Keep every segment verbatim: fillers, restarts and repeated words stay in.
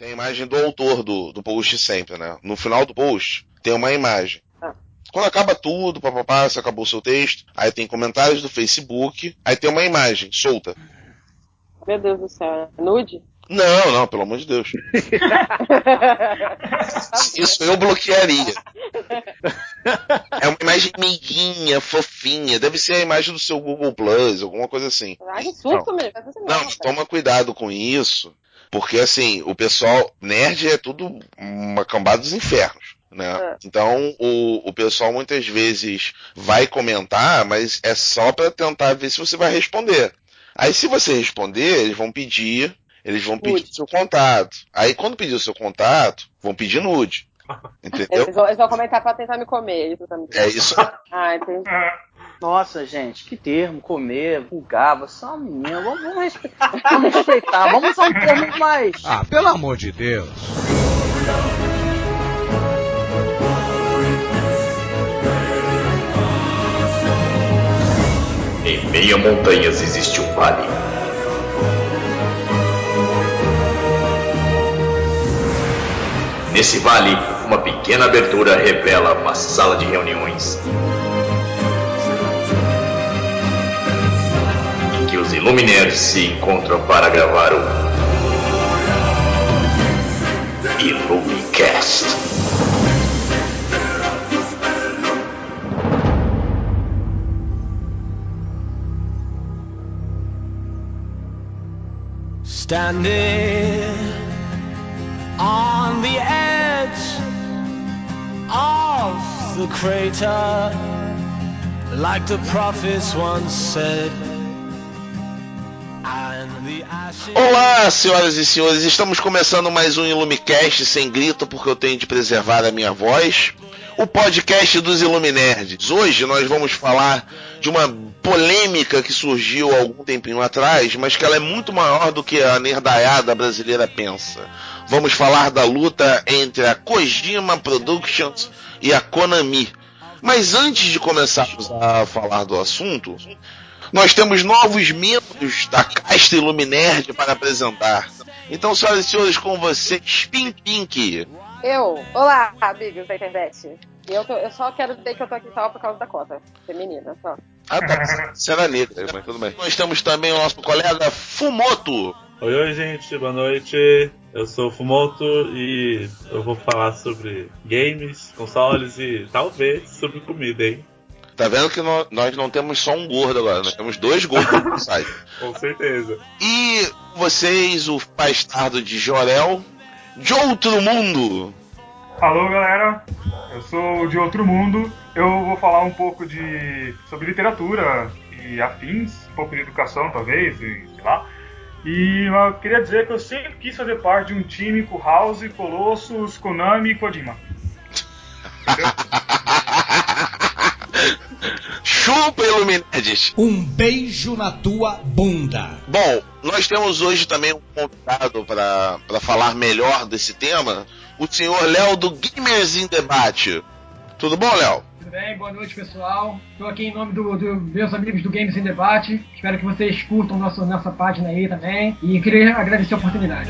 tem a imagem do autor do, do post sempre, né? No final do post tem uma imagem. Ah. Quando acaba tudo, papapá, você acabou o seu texto, aí tem comentários do Facebook, aí tem uma imagem solta. Meu Deus do céu, nude? Não, não, pelo amor de Deus. Isso eu bloquearia. É uma imagem miguinha, fofinha. Deve ser a imagem do seu Google Plus, alguma coisa assim. Ai, que susto, mesmo. Não, não, toma cuidado com isso. Porque, assim, o pessoal nerd é tudo uma cambada dos infernos, né? É. Então, o, o pessoal muitas vezes vai comentar, mas é só pra tentar ver se você vai responder. Aí, se você responder, eles vão pedir, eles vão pedir o seu contato. Aí, quando pedir o seu contato, vão pedir nude. Entendeu? Eles vão, eles vão comentar pra tentar me comer, isso também. É isso. Ah, entendi. Nossa, gente, que termo, comer, vulgar, você é uma menina, vamos, vamos, respeitar, vamos respeitar, vamos usar um termo mais... Ah, pelo amor de Deus. Em meio a montanhas existe um vale. Nesse vale, uma pequena abertura revela uma sala de reuniões em que os Illuminaires se encontram para gravar o Illumicast. Standing on the edge of the crater, like the prophets once said. Olá, senhoras e senhores, estamos começando mais um Illumicast sem grito, porque eu tenho de preservar a minha voz. O podcast dos Illuminerds. Hoje nós vamos falar de uma polêmica que surgiu há algum tempinho atrás, mas que ela é muito maior do que a nerdaiada brasileira pensa. Vamos falar da luta entre a Kojima Productions e a Konami. Mas antes de começarmos a falar do assunto, nós temos novos membros da casta Illuminerd para apresentar. Então, senhoras e senhores, com vocês, Pink Pink. Eu? Olá, amigos da internet. Eu, tô, eu só quero dizer que eu tô aqui só por causa da cota feminina, só. Ah, tá. Você era negra, mas tudo bem. Nós temos também o nosso colega Fumoto. Oi, oi, gente. Boa noite. Eu sou o Fumoto e eu vou falar sobre games, consoles e talvez sobre comida, hein? Tá vendo que nós, nós não temos só um gordo agora, nós temos dois gordos no site. Com certeza. E vocês, o bastardo de Jorel, de outro mundo. Alô, galera. Eu sou de outro mundo. Eu vou falar um pouco de sobre literatura e afins, um pouco de educação, talvez, e sei lá. E eu queria dizer que eu sempre quis fazer parte de um time com House, Colossus, Konami e Kojima. Entendeu? Chupa, Illuminades! Um beijo na tua bunda. Bom, nós temos hoje também um convidado para falar melhor desse tema, o senhor Léo do Gamers in Debate. Tudo bom, Léo? Tudo bem, boa noite, pessoal. Estou aqui em nome dos do meus amigos do Games in Debate. Espero que vocês curtam nosso, nossa página aí também. E queria agradecer a oportunidade.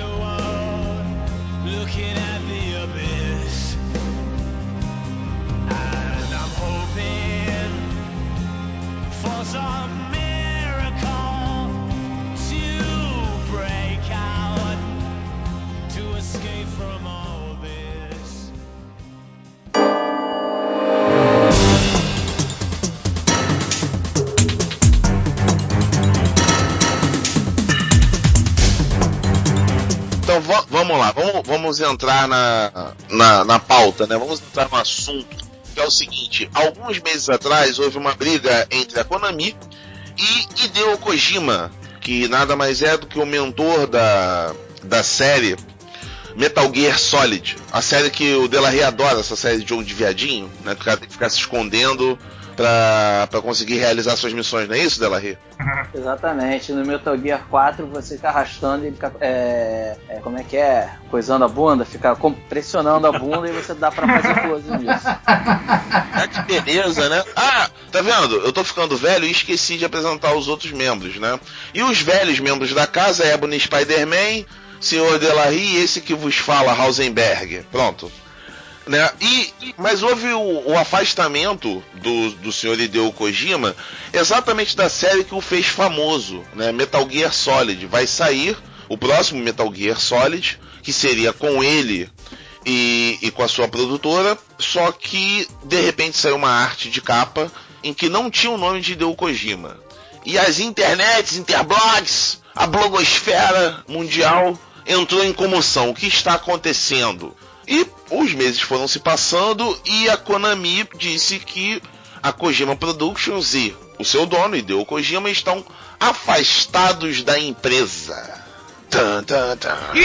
Então v- vamos lá, vamos, vamos entrar na, na, na pauta, né? Vamos entrar no assunto, que é o seguinte: alguns meses atrás houve uma briga entre a Konami e Hideo Kojima, que nada mais é do que o mentor da, da série Metal Gear Solid, a série que o Delarry adora, essa série de jogo de viadinho, né? Que o cara tem que ficar se escondendo pra, pra conseguir realizar suas missões, não é isso, Delarry? Exatamente, no Metal Gear quatro você fica arrastando e ele fica, é, é, como é que é? Coisando a bunda, fica pressionando a bunda e você dá pra fazer pose nisso. Ah, que beleza, né? Ah, tá vendo? Eu tô ficando velho e esqueci de apresentar os outros membros, né? E os velhos membros da casa, Ebony Spider-Man, senhor Delahy, esse que vos fala, Heisenberg. Pronto. Né? E, mas houve o, o afastamento do, do senhor Hideo Kojima exatamente da série que o fez famoso, né? Metal Gear Solid. Vai sair o próximo Metal Gear Solid, que seria com ele e, e com a sua produtora, só que de repente saiu uma arte de capa em que não tinha o nome de Hideo Kojima. E as internets, interblogs, a blogosfera mundial entrou em comoção. O que está acontecendo? E os meses foram se passando e a Konami disse que a Kojima Productions e o seu dono, Hideo Kojima, estão afastados da empresa. Tum, tum, tum.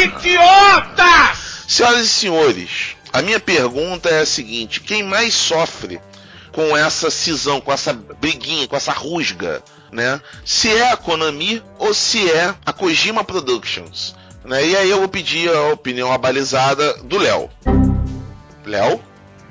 Idiotas! Senhoras e senhores, a minha pergunta é a seguinte: quem mais sofre com essa cisão, com essa briguinha, com essa rusga, né? Se é a Konami ou se é a Kojima Productions? Né? E aí eu vou pedir a opinião abalizada do Léo. Léo?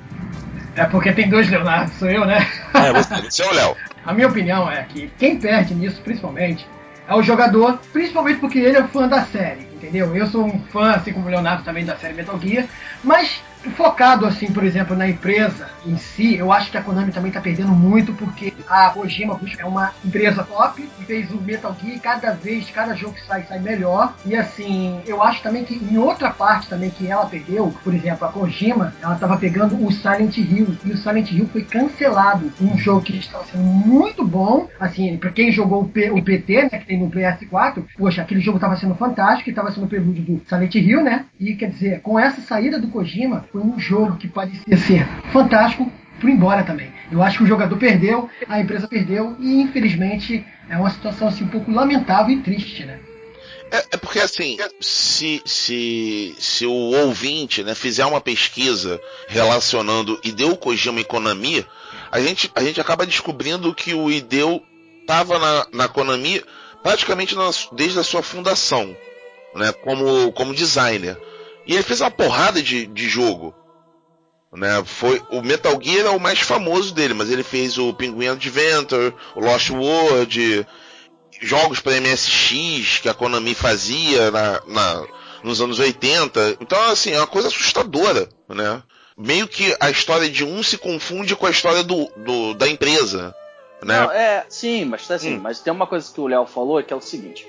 É porque tem dois Leonardo, sou eu, né? É, você, você é o Léo. A minha opinião é que quem perde nisso, principalmente, é o jogador, principalmente porque ele é fã da série, entendeu? Eu sou um fã, assim como o Leonardo também, da série Metal Gear, mas focado, assim, por exemplo, na empresa em si, eu acho que a Konami também tá perdendo muito, porque a Kojima é uma empresa top e fez o Metal Gear, cada vez, cada jogo que sai, sai melhor. E assim, eu acho também que em outra parte também que ela perdeu, por exemplo, a Kojima, ela tava pegando o Silent Hill, e o Silent Hill foi cancelado. Um jogo que estava sendo muito bom, assim, pra quem jogou o, P, o P T, né, que tem no P S quatro, poxa, aquele jogo tava sendo fantástico, e tava sendo o prelúdio do Silent Hill, né? E quer dizer, com essa saída do Kojima, foi um jogo que parecia ser fantástico, por embora também. Eu acho que o jogador perdeu, a empresa perdeu, e infelizmente é uma situação assim, um pouco lamentável e triste, né? É, é porque assim, se, se, se o ouvinte, né, fizer uma pesquisa relacionando Hideo Kojima e Konami, a gente, a gente acaba descobrindo que o Hideo estava na, na Konami praticamente na, desde a sua fundação, né, como, como designer. E ele fez uma porrada de, de jogo. Né? Foi, o Metal Gear é o mais famoso dele, mas ele fez o Penguin Adventure, o Lost World, jogos para M S X que a Konami fazia na, na, nos anos oitenta. Então, assim, é uma coisa assustadora, né? Meio que a história de um se confunde com a história do, do, da empresa. Né? Não, é, sim, mas assim, hum. mas tem uma coisa que o Léo falou que é o seguinte,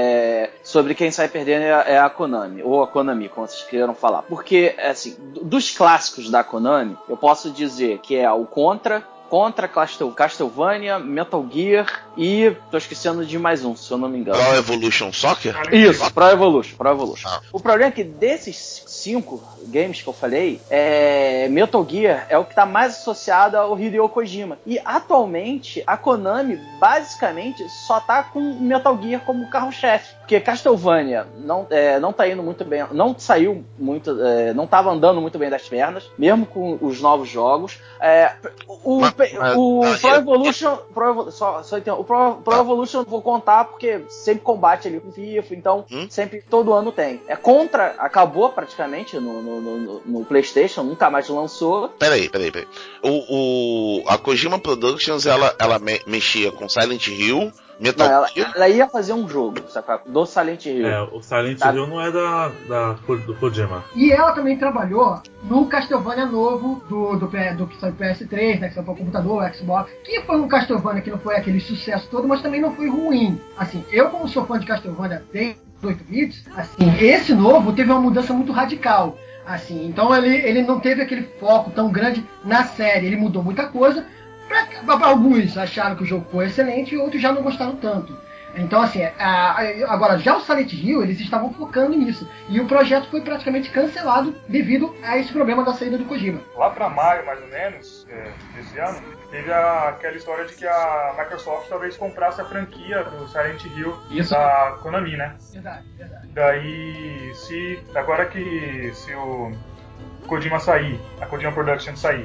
é, sobre quem sai perdendo é a, é a Konami, ou a Konami, como vocês queiram falar. Porque, assim, dos clássicos da Konami, eu posso dizer que é o Contra, Contra, Castle, Castlevania, Metal Gear e tô esquecendo de mais um, se eu não me engano. Pro Evolution Soccer? Isso, Pro Evolution, Pro Evolution. Ah. O problema é que desses cinco games que eu falei, é, Metal Gear é o que está mais associado ao Hideo Kojima. E atualmente a Konami basicamente só tá com Metal Gear como carro-chefe. Porque Castlevania não, é, não tá indo muito bem, não saiu muito, é, não tava andando muito bem das pernas, mesmo com os novos jogos. É, o mas, mas, o mas, Pro Evolution, Pro, só, só então, o Pro, Pro ah. Evolution eu vou contar porque sempre combate ali com FIFA, então hum? sempre, todo ano tem. É Contra, acabou praticamente no, no, no, no PlayStation, nunca mais lançou. Peraí, peraí, peraí. O, o, a Kojima Productions, ela, ela me, mexia com Silent Hill, Metal não, ela, Gear. ela ia fazer um jogo, sabe, do Silent Hill. É, o Silent sabe? Hill não é da, da, do Kojima. E ela também trabalhou no Castlevania novo do, do, do que saiu P S três, né, que saiu para o computador, Xbox, que foi um Castlevania que não foi aquele sucesso todo, mas também não foi ruim. Assim, eu como sou fã de Castlevania desde oito bits, assim, esse novo teve uma mudança muito radical. Assim, então ele, ele não teve aquele foco tão grande na série, ele mudou muita coisa. Pra, alguns acharam que o jogo foi excelente e outros já não gostaram tanto. Então, assim, a, a, agora, já o Silent Hill, eles estavam focando nisso. E o projeto foi praticamente cancelado devido a esse problema da saída do Kojima. Lá pra maio, mais ou menos, é, desse ano, teve a, aquela história de que a Microsoft talvez comprasse a franquia do Silent Hill Isso. da Konami, né? Verdade, verdade. Daí, se, agora que se o Kojima sair, a Kojima Production sair,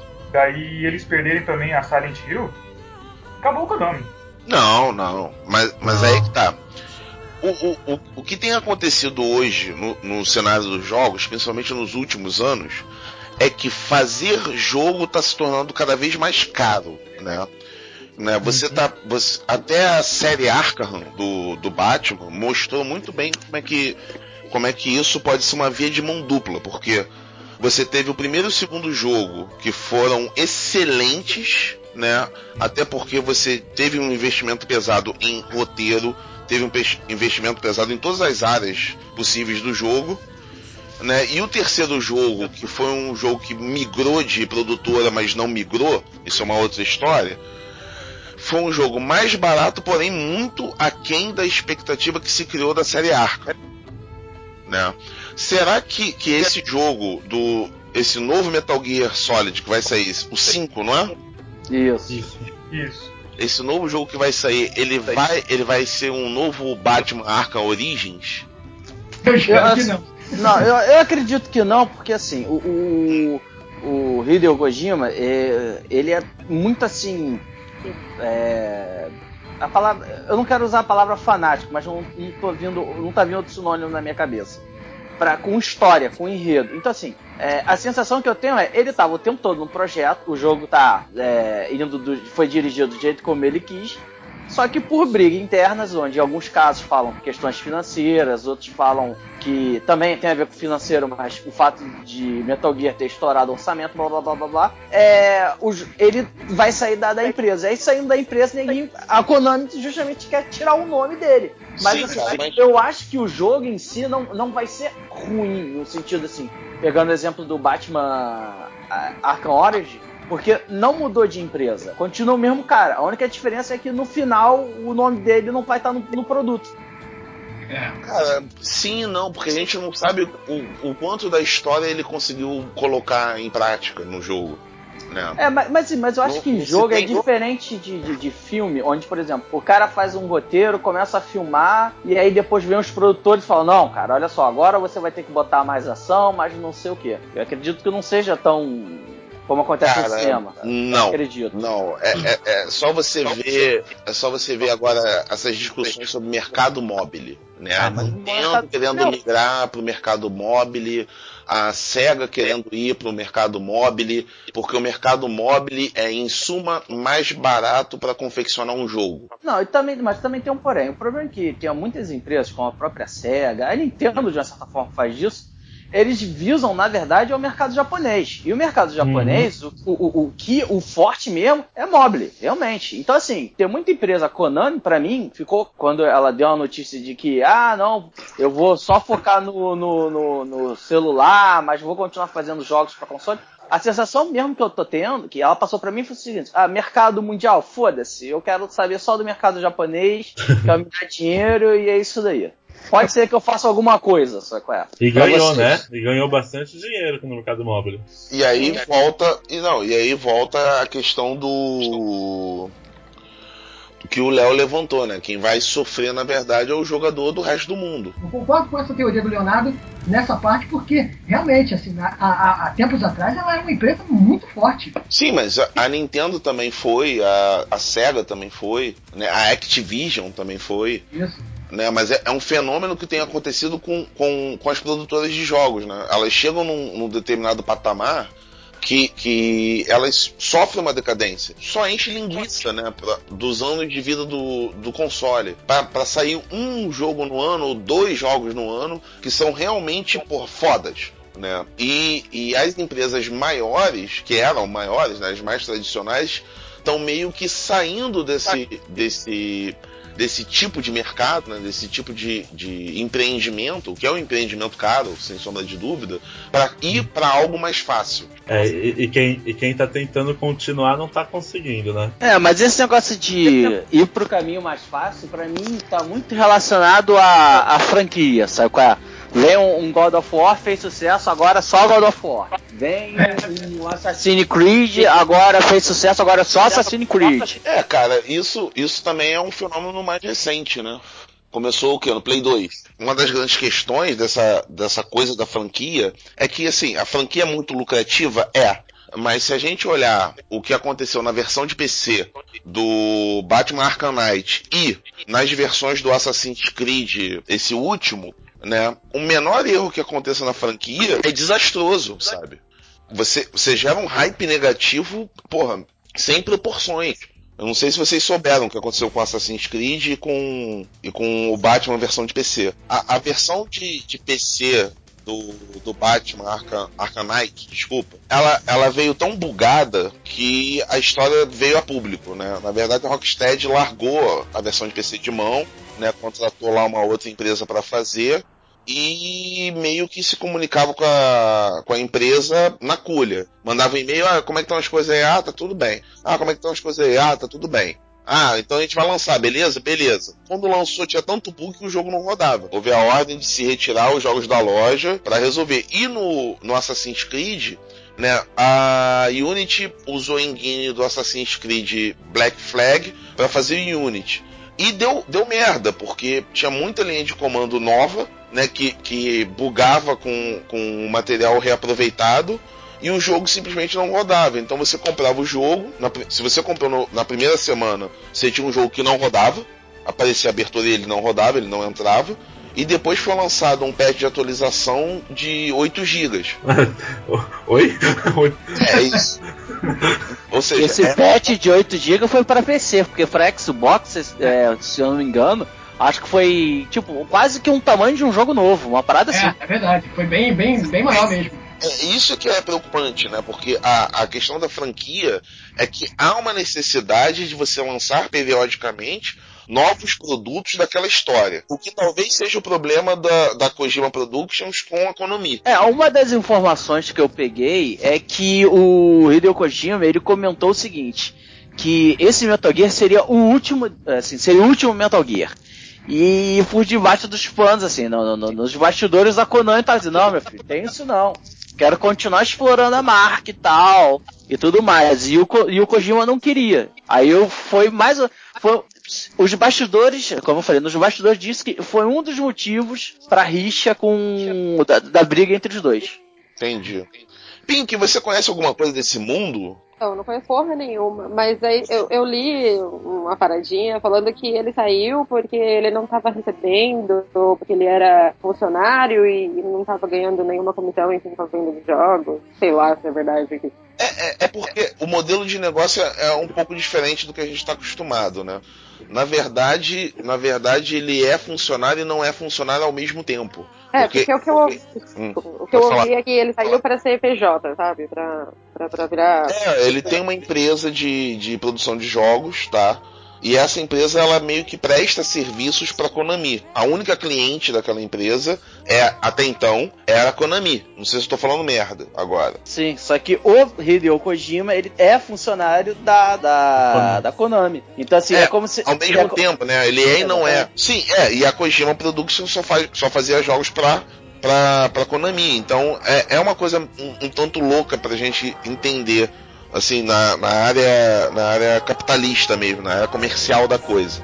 daí eles perderem também a Silent Hill, acabou o Konami. Não, não. Mas, mas não. Aí que tá. O, o, o, o que tem acontecido hoje no, no cenário dos jogos, principalmente nos últimos anos, é que fazer jogo está se tornando cada vez mais caro, né? né? Você tá, você, até a série Arkham do, do Batman mostrou muito bem como é que como é que isso pode ser uma via de mão dupla, porque você teve o primeiro e o segundo jogo que foram excelentes, né? Até porque você teve um investimento pesado em roteiro, teve um investimento pesado em todas as áreas possíveis do jogo, né? E o terceiro jogo, que foi um jogo que migrou de produtora, mas não migrou, isso é uma outra história, foi um jogo mais barato, porém muito aquém da expectativa que se criou da série Arca, né? Será que, que esse jogo, do esse novo Metal Gear Solid que vai sair, o cinco, não é? Isso. Isso. Isso. Esse novo jogo que vai sair, ele vai, ele vai ser um novo Batman Arkham Origins? Eu espero Eu, que não. Não, eu, eu acredito que não, porque assim, o, o, o Hideo Kojima, é, ele é muito assim. É, a palavra, eu não quero usar a palavra fanático, mas não, não, tô vindo, não tá vindo outro sinônimo na minha cabeça. Pra, com história, com enredo. Então, assim, é, a sensação que eu tenho é, ele tava o tempo todo no projeto, o jogo tá é, indo do, foi dirigido do jeito como ele quis, só que por brigas internas, onde em alguns casos falam questões financeiras, outros falam que também tem a ver com financeiro, mas o fato de Metal Gear ter estourado o orçamento, blá blá blá blá blá, é, o, ele vai sair da, da empresa. Aí saindo da empresa, ninguém, a Konami justamente quer tirar o nome dele. Mas, Sim, assim, cara, mas... eu acho que o jogo em si não, não vai ser ruim, no sentido assim, pegando o exemplo do Batman Arkham Origins, porque não mudou de empresa, continua o mesmo cara. A única diferença é que no final o nome dele não vai estar no, no produto. É. Cara, sim e não, porque a gente não sabe o, o quanto da história ele conseguiu colocar em prática no jogo, né? É, mas, mas, mas eu acho não, que jogo é diferente de, de, de filme, onde, por exemplo, o cara faz um roteiro, começa a filmar, e aí depois vem os produtores e falam, não, cara, olha só, agora você vai ter que botar mais ação, mais não sei o quê. Eu acredito que não seja tão... como acontece Cara, no cinema. Não, acredito. Não, é, é, é só você ver, é só você ver agora essas discussões sobre mercado mobile, né? Ah, A mas Nintendo mercado- querendo não. migrar para o mercado mobile, a Sega querendo ir para o mercado mobile, porque o mercado mobile é, em suma, mais barato para confeccionar um jogo. Não, e também, mas também tem um porém. O problema é que tem muitas empresas, como a própria Sega, a Nintendo de uma certa forma faz isso, eles visam, na verdade, ao mercado japonês. E o mercado japonês, uhum. o, o, o que o forte mesmo é mobile, realmente. Então, assim, tem muita empresa, a Konami, pra mim, ficou, quando ela deu a notícia de que, ah, não, eu vou só focar no, no, no, no celular, mas vou continuar fazendo jogos pra console. A sensação mesmo que eu tô tendo, que ela passou pra mim, foi o seguinte: ah, mercado mundial, foda-se, eu quero saber só do mercado japonês, que vai me dar dinheiro, e é isso daí. Pode ser que eu faça alguma coisa, sabe qual é? E ganhou, né? E ganhou bastante dinheiro no mercado móvel. E aí volta, e não, e aí volta a questão do que o Léo levantou, né? Quem vai sofrer, na verdade, é o jogador do resto do mundo. Eu concordo com essa teoria do Leonardo nessa parte, porque realmente, assim, há, há, há tempos atrás ela era uma empresa muito forte. Sim, mas a, a Nintendo também foi, a, a Sega também foi, né? A Activision também foi. Isso. Né, mas é, é um fenômeno que tem acontecido com, com, com as produtoras de jogos, né? Elas chegam num, num determinado patamar que, que elas sofrem uma decadência. Só enche linguiça, né? Pra, dos anos de vida do, do console. Para sair um jogo no ano, ou dois jogos no ano, que são realmente, por fodas. Né? E, e as empresas maiores, que eram maiores, né, as mais tradicionais, estão meio que saindo desse... desse desse tipo de mercado, né, desse tipo de, de empreendimento, que é um empreendimento caro, sem sombra de dúvida, para ir para algo mais fácil. É, e, e, quem, e quem tá tentando continuar não tá conseguindo, né? É, mas esse negócio de ir pro caminho mais fácil, pra mim, tá muito relacionado à, à franquia, sabe qual é? Vem um, um God of War, fez sucesso, agora só God of War. Vem um, um Assassin's Creed, agora fez sucesso, agora só Assassin's Creed. É, cara, isso, isso também é um fenômeno mais recente, né? Começou o quê? No Play dois. Uma das grandes questões dessa, dessa coisa da franquia é que, assim, a franquia é muito lucrativa? É. Mas se a gente olhar o que aconteceu na versão de P C do Batman Arkham Knight e nas versões do Assassin's Creed, esse último, né, o menor erro que aconteça na franquia é desastroso, sabe? Você, você gera um hype negativo, porra, sem proporções. Eu não sei se vocês souberam o que aconteceu com Assassin's Creed e com, e com o Batman versão de P C. A, a versão de, de P C do, do Batman Arkham, Arkham Knight, desculpa, ela, ela veio tão bugada que a história veio a público, né? Na verdade, a Rocksteady largou a versão de P C de mão, né? Contratou lá uma outra empresa para fazer e meio que se comunicava com a, com a empresa na culha. Mandava um e-mail, ah, como é que estão as coisas aí? Ah, tá tudo bem. Ah, como é que estão as coisas aí? Ah, tá tudo bem. Ah, então a gente vai lançar, beleza? Beleza. Quando lançou, tinha tanto bug que o jogo não rodava. Houve a ordem de se retirar os jogos da loja para resolver. E no, no Assassin's Creed, né, a Unity usou a engine do Assassin's Creed Black Flag para fazer o Unity. E deu, deu merda, porque tinha muita linha de comando nova, né, que, que bugava com, com material reaproveitado. E o jogo simplesmente não rodava. Então você comprava o jogo, na, se você comprou no, na primeira semana, você tinha um jogo que não rodava, aparecia a abertura e ele não rodava, ele não entrava. E depois foi lançado um patch de atualização de oito gigas. Oi? É isso. Ou seja, esse é... patch de oito gigas foi para P C, porque para Xbox, é, se eu não me engano, acho que foi tipo quase que um tamanho de um jogo novo, uma parada assim. É, é verdade, foi bem, bem, bem maior mesmo. É isso que é preocupante, né? Porque a, a questão da franquia é que há uma necessidade de você lançar periodicamente novos produtos daquela história. O que talvez seja o problema da, da Kojima Productions com a Konami. É, uma das informações que eu peguei é que o Hideo Kojima, ele comentou o seguinte, que esse Metal Gear seria o último, assim, seria o último Metal Gear. E por debaixo dos panos, assim, no, no, nos bastidores da Konami, tá dizendo, não, meu filho, tem isso não. Quero continuar explorando a marca e tal, e tudo mais. E o, e o Kojima não queria. Aí eu foi mais... Foi, os bastidores, como eu falei, nos bastidores disse que foi um dos motivos pra rixa com, da, da briga entre os dois. Entendi. Pink, você conhece alguma coisa desse mundo? Não, não conheço porra nenhuma, mas aí eu, eu li uma paradinha falando que ele saiu porque ele não estava recebendo, porque ele era funcionário e não estava ganhando nenhuma comissão em cima dos jogos, sei lá se é verdade. É, é, é porque o modelo de negócio é um pouco diferente do que a gente está acostumado, né? Na verdade, na verdade, ele é funcionário e não é funcionário ao mesmo tempo. É, porque, porque o que eu, porque, hum, o que eu ouvi é que ele saiu para ser P J, sabe? Pra, pra, pra virar... É, ele tem uma empresa de, de produção de jogos, tá? E essa empresa, ela meio que presta serviços para a Konami. A única cliente daquela empresa, é até então, era a Konami. Não sei se eu tô falando merda agora. Sim, só que o Hideo Kojima, ele é funcionário da, da, da Konami. Então, assim, é, é como se... Ao mesmo é, tempo, né? Ele é e não é. Sim, é. E a Kojima Productions só, faz, só fazia jogos pra... Pra, pra Konami. Então é, é uma coisa um, um tanto louca pra gente entender, assim, na, na área na área capitalista mesmo, na área comercial da coisa.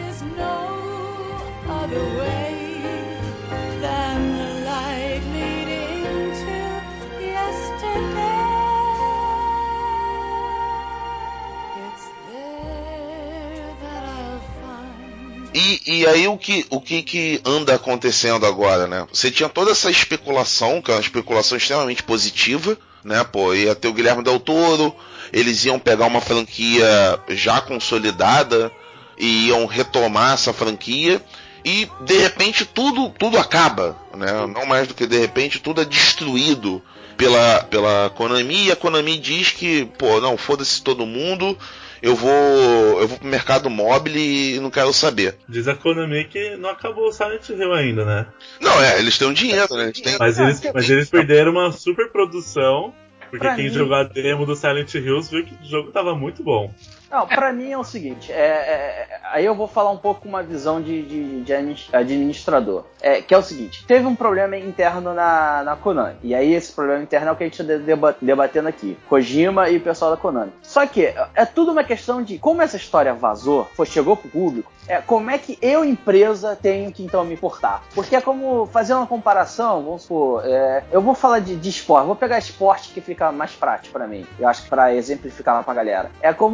E, e aí o que, o que que anda acontecendo agora, né? Você tinha toda essa especulação, que é uma especulação extremamente positiva, né? Pô, ia ter o Guilherme Del Toro, eles iam pegar uma franquia já consolidada e iam retomar essa franquia e de repente tudo, tudo acaba, né? Não mais do que de repente tudo é destruído pela, pela Konami, e a Konami diz que, pô, não, foda-se todo mundo, eu vou eu vou pro mercado mobile e não quero saber. Diz a Konami que não acabou o Silent Hill ainda, né? Não, é, eles têm um dinheiro, né? Eles têm... Mas eles, mas eles perderam uma super produção, porque Pra quem mim... jogou a demo do Silent Hills viu que o jogo tava muito bom. Não, pra mim é o seguinte, é, é, aí eu vou falar um pouco com uma visão de, de, de administrador, é, que é o seguinte, teve um problema interno na, na Konami, e aí esse problema interno é o que a gente está debatendo aqui, Kojima e o pessoal da Konami. Só que é tudo uma questão de como essa história vazou, foi, chegou pro público, é, como é que eu, empresa, tenho que então me importar? Porque é como fazer uma comparação, vamos supor, é, eu vou falar de, de esporte, vou pegar esporte que fica mais prático pra mim, eu acho que pra exemplificar lá pra galera. É como se... Não,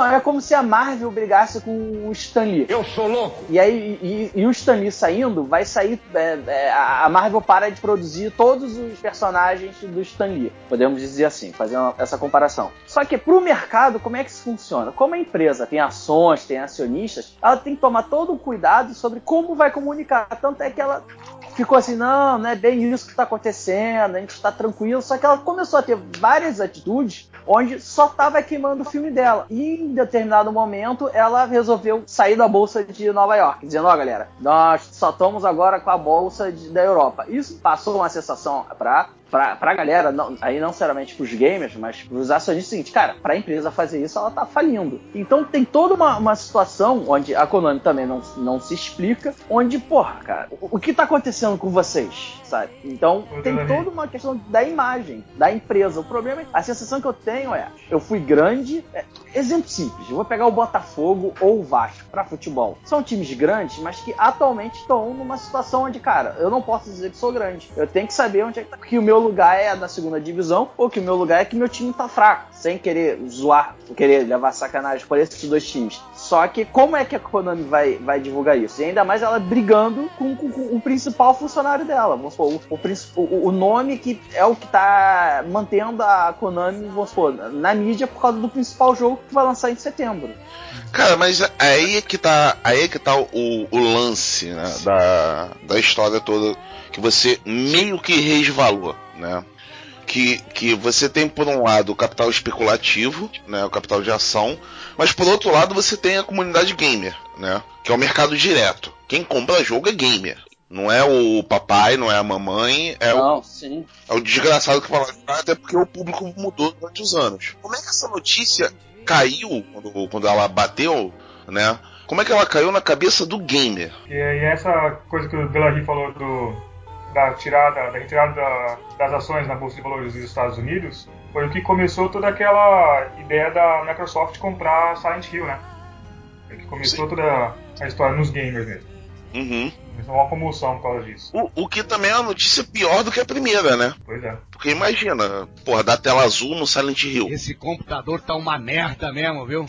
Não, é como se a Marvel brigasse com o Stan Lee. Eu sou louco! E aí, e, e o Stan Lee saindo, vai sair... É, é, a Marvel para de produzir todos os personagens do Stan Lee. Podemos dizer assim, fazendo essa comparação. Só que pro mercado, como é que isso funciona? Como a empresa tem ações, tem acionistas, ela tem que tomar todo o cuidado sobre como vai comunicar. Tanto é que ela ficou assim, não, não é bem isso que está acontecendo, a gente está tranquilo. Só que ela começou a ter várias atitudes onde só estava queimando o filme dela. E em determinado momento, ela resolveu sair da bolsa de Nova York, dizendo, ó, oh, galera, nós só estamos agora com a bolsa de, da Europa. Isso passou uma sensação para Pra, pra galera, não, aí não necessariamente pros gamers, mas pros acionistas, é o seguinte, cara, pra empresa fazer isso, ela tá falindo. Então tem toda uma, uma situação onde a Konami também não, não se explica, onde, porra, cara, o, o que tá acontecendo com vocês, sabe? Então tem toda uma questão da imagem da empresa. O problema é, a sensação que eu tenho é, eu fui grande, é, exemplo simples, eu vou pegar o Botafogo ou o Vasco pra futebol. São times grandes, mas que atualmente estão numa situação onde, cara, eu não posso dizer que sou grande. Eu tenho que saber onde é que o meu lugar é da segunda divisão, ou que o meu lugar é que meu time tá fraco, sem querer zoar, querer levar sacanagem por esses dois times. Só que como é que a Konami vai, vai divulgar isso? E ainda mais ela brigando com, com, com o principal funcionário dela, vamos supor, o, o, o nome que é o que tá mantendo a Konami, vamos supor, na mídia por causa do principal jogo que vai lançar em setembro. Cara, mas aí é que tá, aí é que tá o, o lance, né, da, da história toda, que você meio que resvalou, né? Que, que você tem, por um lado, o capital especulativo, né, o capital de ação, mas por outro lado você tem a comunidade gamer, né, que é o mercado direto. Quem compra jogo é gamer. Não é o papai, não é a mamãe, é, não, o, sim. é o desgraçado que fala, até porque o público mudou durante os anos. Como é que essa notícia caiu quando, quando ela bateu, né? Como é que ela caiu na cabeça do gamer? E, e essa coisa que o Delahaye falou do, da tirada, da retirada da, das ações na Bolsa de Valores dos Estados Unidos, foi o que começou toda aquela ideia da Microsoft comprar Silent Hill, né? Foi o que começou Sim. toda a história nos gamers mesmo. Uhum. Começou uma comoção por causa disso. O, o que também é uma notícia pior do que a primeira, né? Pois é. Porque imagina, porra, dá tela azul no Silent Hill. Esse computador tá uma merda mesmo, viu?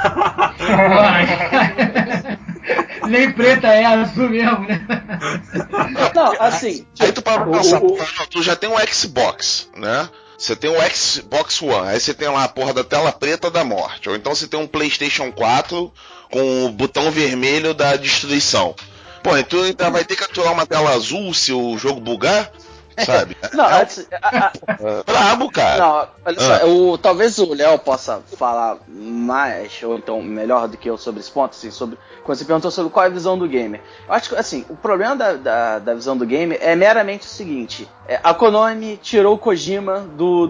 Nem preta é azul mesmo, né? Não, assim... Aí tu para pensar, o, o... tu já tem um Xbox, né? Você tem um Xbox One, aí você tem lá a porra da tela preta da morte. Ou então você tem um PlayStation quatro com o botão vermelho da destruição. Pô, então ainda vai ter que aturar uma tela azul se o jogo bugar? Sabe? Não, é assim, a, a, é brabo, cara. Não, olha só, ah. o, talvez o Léo possa falar mais, ou então melhor do que eu sobre esse ponto, assim, sobre, quando você perguntou sobre qual é a visão do gamer. Eu acho que, assim, o problema da, da, da visão do gamer é meramente o seguinte, é, a Konami tirou o Kojima do,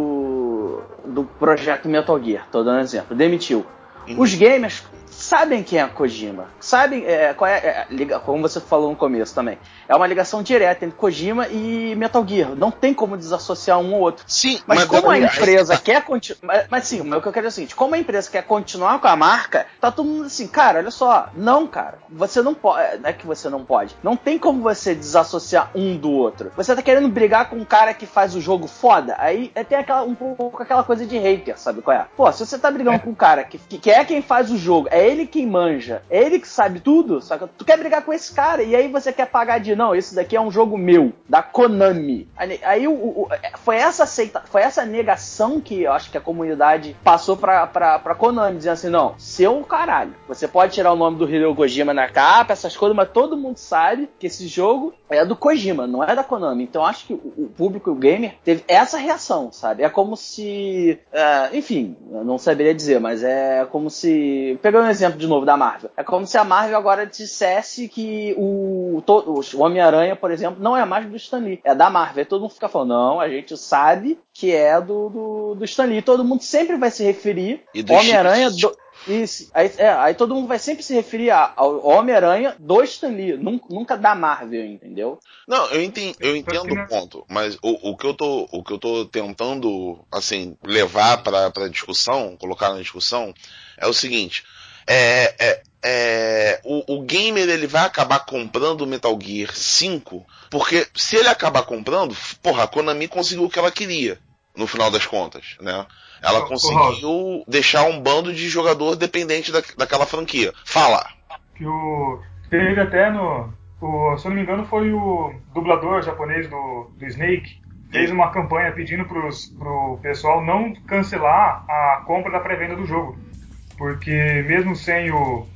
do, do projeto Metal Gear, tô dando um exemplo, demitiu. Uhum. Os gamers sabem quem é Kojima, sabem é, qual é, é, liga, como você falou no começo também, é uma ligação direta entre Kojima e Metal Gear, não tem como desassociar um ou outro. Sim, mas, mas como a empresa aí... quer continuar, mas, mas sim, o que eu quero dizer é o seguinte, como a empresa quer continuar com a marca, tá todo mundo assim, cara, olha só, não, cara, você não pode, não é que você não pode, não tem como você desassociar um do outro. Você tá querendo brigar com um cara que faz o jogo foda, aí tem aquela, um pouco aquela coisa de hater, sabe qual é? Pô, se você tá brigando é. com um cara que, que é quem faz o jogo, é ele quem manja, é ele que sabe tudo, só que tu quer brigar com esse cara, e aí você quer pagar de, não, esse daqui é um jogo meu, da Konami. Aí, aí o, o, foi, essa aceita, foi essa negação que eu acho que a comunidade passou pra, pra, pra Konami, dizendo assim, não, seu caralho, você pode tirar o nome do Hideo Kojima na capa, essas coisas, mas todo mundo sabe que esse jogo é do Kojima, não é da Konami. Então acho que o, o público, o gamer, teve essa reação, sabe? É como se, uh, enfim, eu não saberia dizer, mas é como se, pegando um exemplo de novo da Marvel, é como se a Marvel agora dissesse que o, to, o Homem-Aranha, por exemplo, não é mais do Stan Lee, é da Marvel. E todo mundo fica falando, não, a gente sabe que é do, do, do Stan Lee. Todo mundo sempre vai se referir Homem-Aranha do... Isso, aí, é, aí todo mundo vai sempre se referir ao Homem-Aranha do Stan Lee, nunca, nunca da Marvel, entendeu? Não, eu entendo, eu entendo o ponto, mas o, o, que eu tô, o que eu tô tentando, assim, levar pra, pra discussão, colocar na discussão, é o seguinte, é, é, é, o, o gamer ele vai acabar comprando o Metal Gear cinco, porque se ele acabar comprando, porra, a Konami conseguiu o que ela queria. no final das contas, né? Ela conseguiu deixar um bando de jogador dependente da, daquela franquia. Fala! Que o... Teve até no... O, se eu não me engano, foi o dublador japonês do, do Snake, fez uma campanha pedindo pros, pro pessoal não cancelar a compra da pré-venda do jogo. Porque mesmo sem o,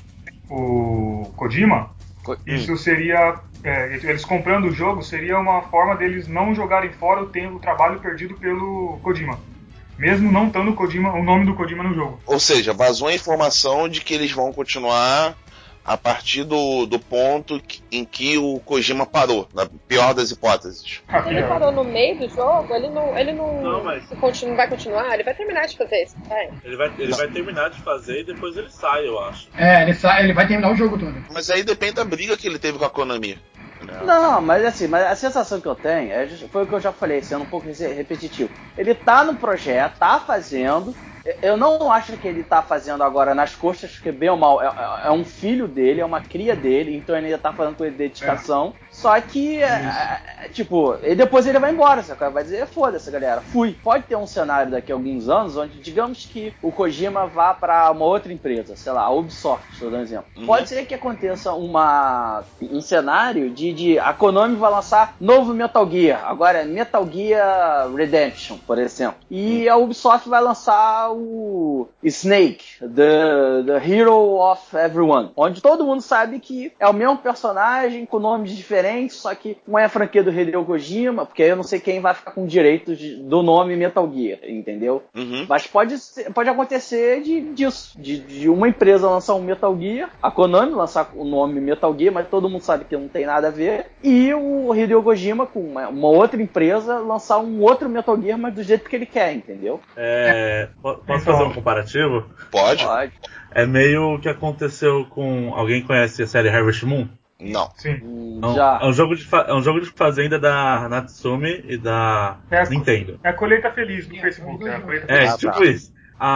o Kojima, isso seria... É, eles comprando o jogo seria uma forma deles não jogarem fora o tempo, o trabalho perdido pelo Kojima. Mesmo não estando o, Kojima, o nome do Kojima no jogo. Ou seja, vazou a informação de que eles vão continuar a partir do, do ponto em que o Kojima parou, na pior das hipóteses. Ele parou no meio do jogo, ele não, ele não, não mas... continua, vai continuar, ele vai terminar de fazer isso, vai. Ele, vai, ele vai terminar de fazer e depois ele sai, eu acho. É, ele sai, ele vai terminar o jogo todo. Mas aí depende da briga que ele teve com a Konami. Não, mas assim, mas a sensação que eu tenho é, foi o que eu já falei, sendo um pouco repetitivo. Ele tá no projeto, tá fazendo. Eu não acho que ele tá fazendo agora nas costas, porque bem ou mal é, é um filho dele, é uma cria dele, então ele ainda tá fazendo com dedicação. É. Só que, é, é, tipo, e depois ele vai embora, sabe? Vai dizer, foda-se, galera, fui. Pode ter um cenário daqui a alguns anos onde, digamos que o Kojima vá pra uma outra empresa, sei lá, a Ubisoft, estou dando um exemplo. Uhum. Pode ser que aconteça uma, um cenário de, de a Konami vai lançar novo Metal Gear, agora é Metal Gear Redemption, por exemplo. E a Ubisoft vai lançar o Snake, the, the Hero of Everyone, onde todo mundo sabe que é o mesmo personagem com nomes diferentes, só que não é a franquia do Hideo Kojima, porque eu não sei quem vai ficar com direitos de, do nome Metal Gear, entendeu? Uhum. Mas pode, ser, pode acontecer de, disso, de, de uma empresa lançar um Metal Gear, a Konami lançar o nome Metal Gear, mas todo mundo sabe que não tem nada a ver, e o Hideo Kojima com uma, uma outra empresa lançar um outro Metal Gear, mas do jeito que ele quer, entendeu? É... Posso fazer um comparativo? Pode. Pode. É meio o que aconteceu com... Alguém conhece a série Harvest Moon? Não. Sim. É um, Já. É um, jogo de fa... é um jogo de fazenda da Natsumi e da é a, Nintendo. É a colheita feliz do Facebook. É, a colheita é feliz. tipo isso.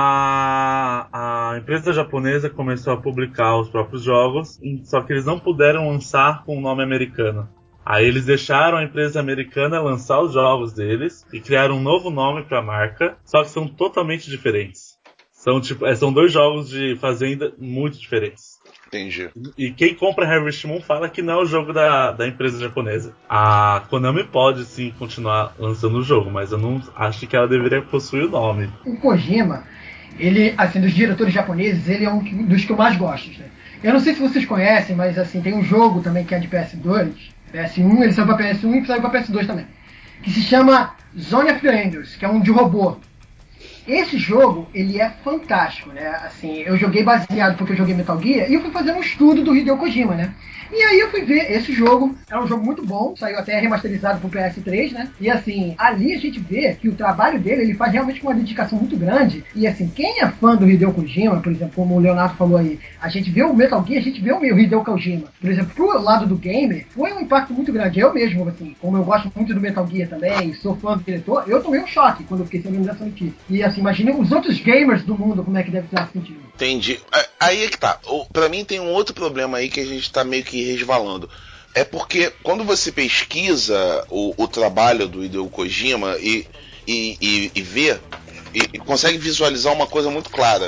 A... a empresa japonesa começou a publicar os próprios jogos, só que eles não puderam lançar com o nome americano. Aí eles deixaram a empresa americana lançar os jogos deles e criaram um novo nome para a marca, só que são totalmente diferentes. São, tipo, é, são dois jogos de fazenda muito diferentes. Entendi. E quem compra Harvest Moon fala que não é o jogo da, da empresa japonesa. A Konami pode sim continuar lançando o jogo, mas eu não acho que ela deveria possuir o nome. O Kojima, ele, assim, dos diretores japoneses, ele é um dos que eu mais gosto, né? Eu não sei se vocês conhecem, mas assim, tem um jogo também que é de P S dois, P S um, ele saiu pra P S um e saiu pra P S dois também, que se chama Zone of the Enders, que é um de robô. Esse jogo, ele é fantástico, né? Assim, eu joguei baseado porque eu joguei Metal Gear e eu fui fazer um estudo do Hideo Kojima, né? E aí eu fui ver esse jogo, é um jogo muito bom, saiu até remasterizado pro P S três, né? E assim, ali a gente vê que o trabalho dele, ele faz realmente com uma dedicação muito grande. E assim, quem é fã do Hideo Kojima, por exemplo, como o Leonardo falou aí, a gente vê o Metal Gear, a gente vê o meu Hideo Kojima. Por exemplo, pro lado do gamer, foi um impacto muito grande. Eu mesmo, assim, como eu gosto muito do Metal Gear também, sou fã do diretor, eu tomei um choque quando eu fiquei sabendo dessa notícia. E assim, imagine os outros gamers do mundo, como é que deve ter sentido. Entendi. Aí é que tá. Pra mim tem um outro problema aí que a gente tá meio que resvalando. É porque quando você pesquisa o, o trabalho do Hideo Kojima e, e, e, e vê, e, e consegue visualizar uma coisa muito clara,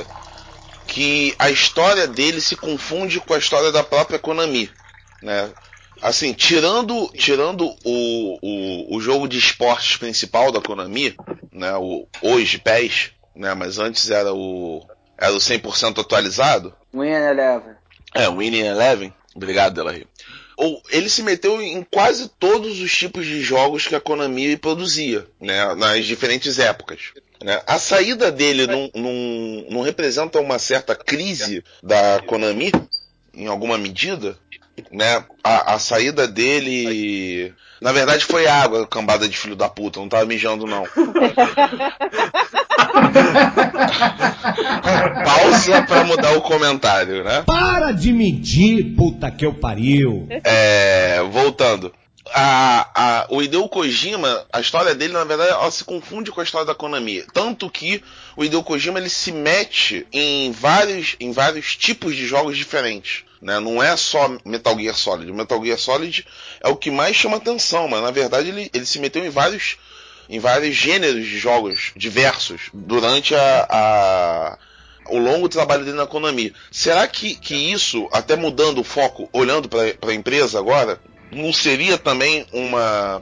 que a história dele se confunde com a história da própria Konami, né? Assim, tirando, tirando o, o, o jogo de esportes principal da Konami, né? O, hoje P E S, né? Mas antes era o, era o cem por cento atualizado. Winning Eleven. É, Winning Eleven. Obrigado, Delahy. Ou ele se meteu em quase todos os tipos de jogos que a Konami produzia, né, nas diferentes épocas. Né. A saída dele não, não, não representa uma certa crise da Konami, em alguma medida? Né. A, a saída dele... Na verdade foi água, cambada de filho da puta, não tava mijando não. Pausa pra mudar o comentário, né? Para de mentir, puta que eu pariu. É, voltando. A, a, o Hideo Kojima, a história dele, na verdade, ela se confunde com a história da Konami. Tanto que o Hideo Kojima ele se mete em vários, em vários tipos de jogos diferentes. Né? Não é só Metal Gear Solid. O Metal Gear Solid é o que mais chama atenção, mas na verdade ele, ele se meteu em vários em vários gêneros de jogos diversos durante a, a, o longo trabalho dele na Konami. Será que, que isso, até mudando o foco, olhando para a empresa agora, não seria também uma,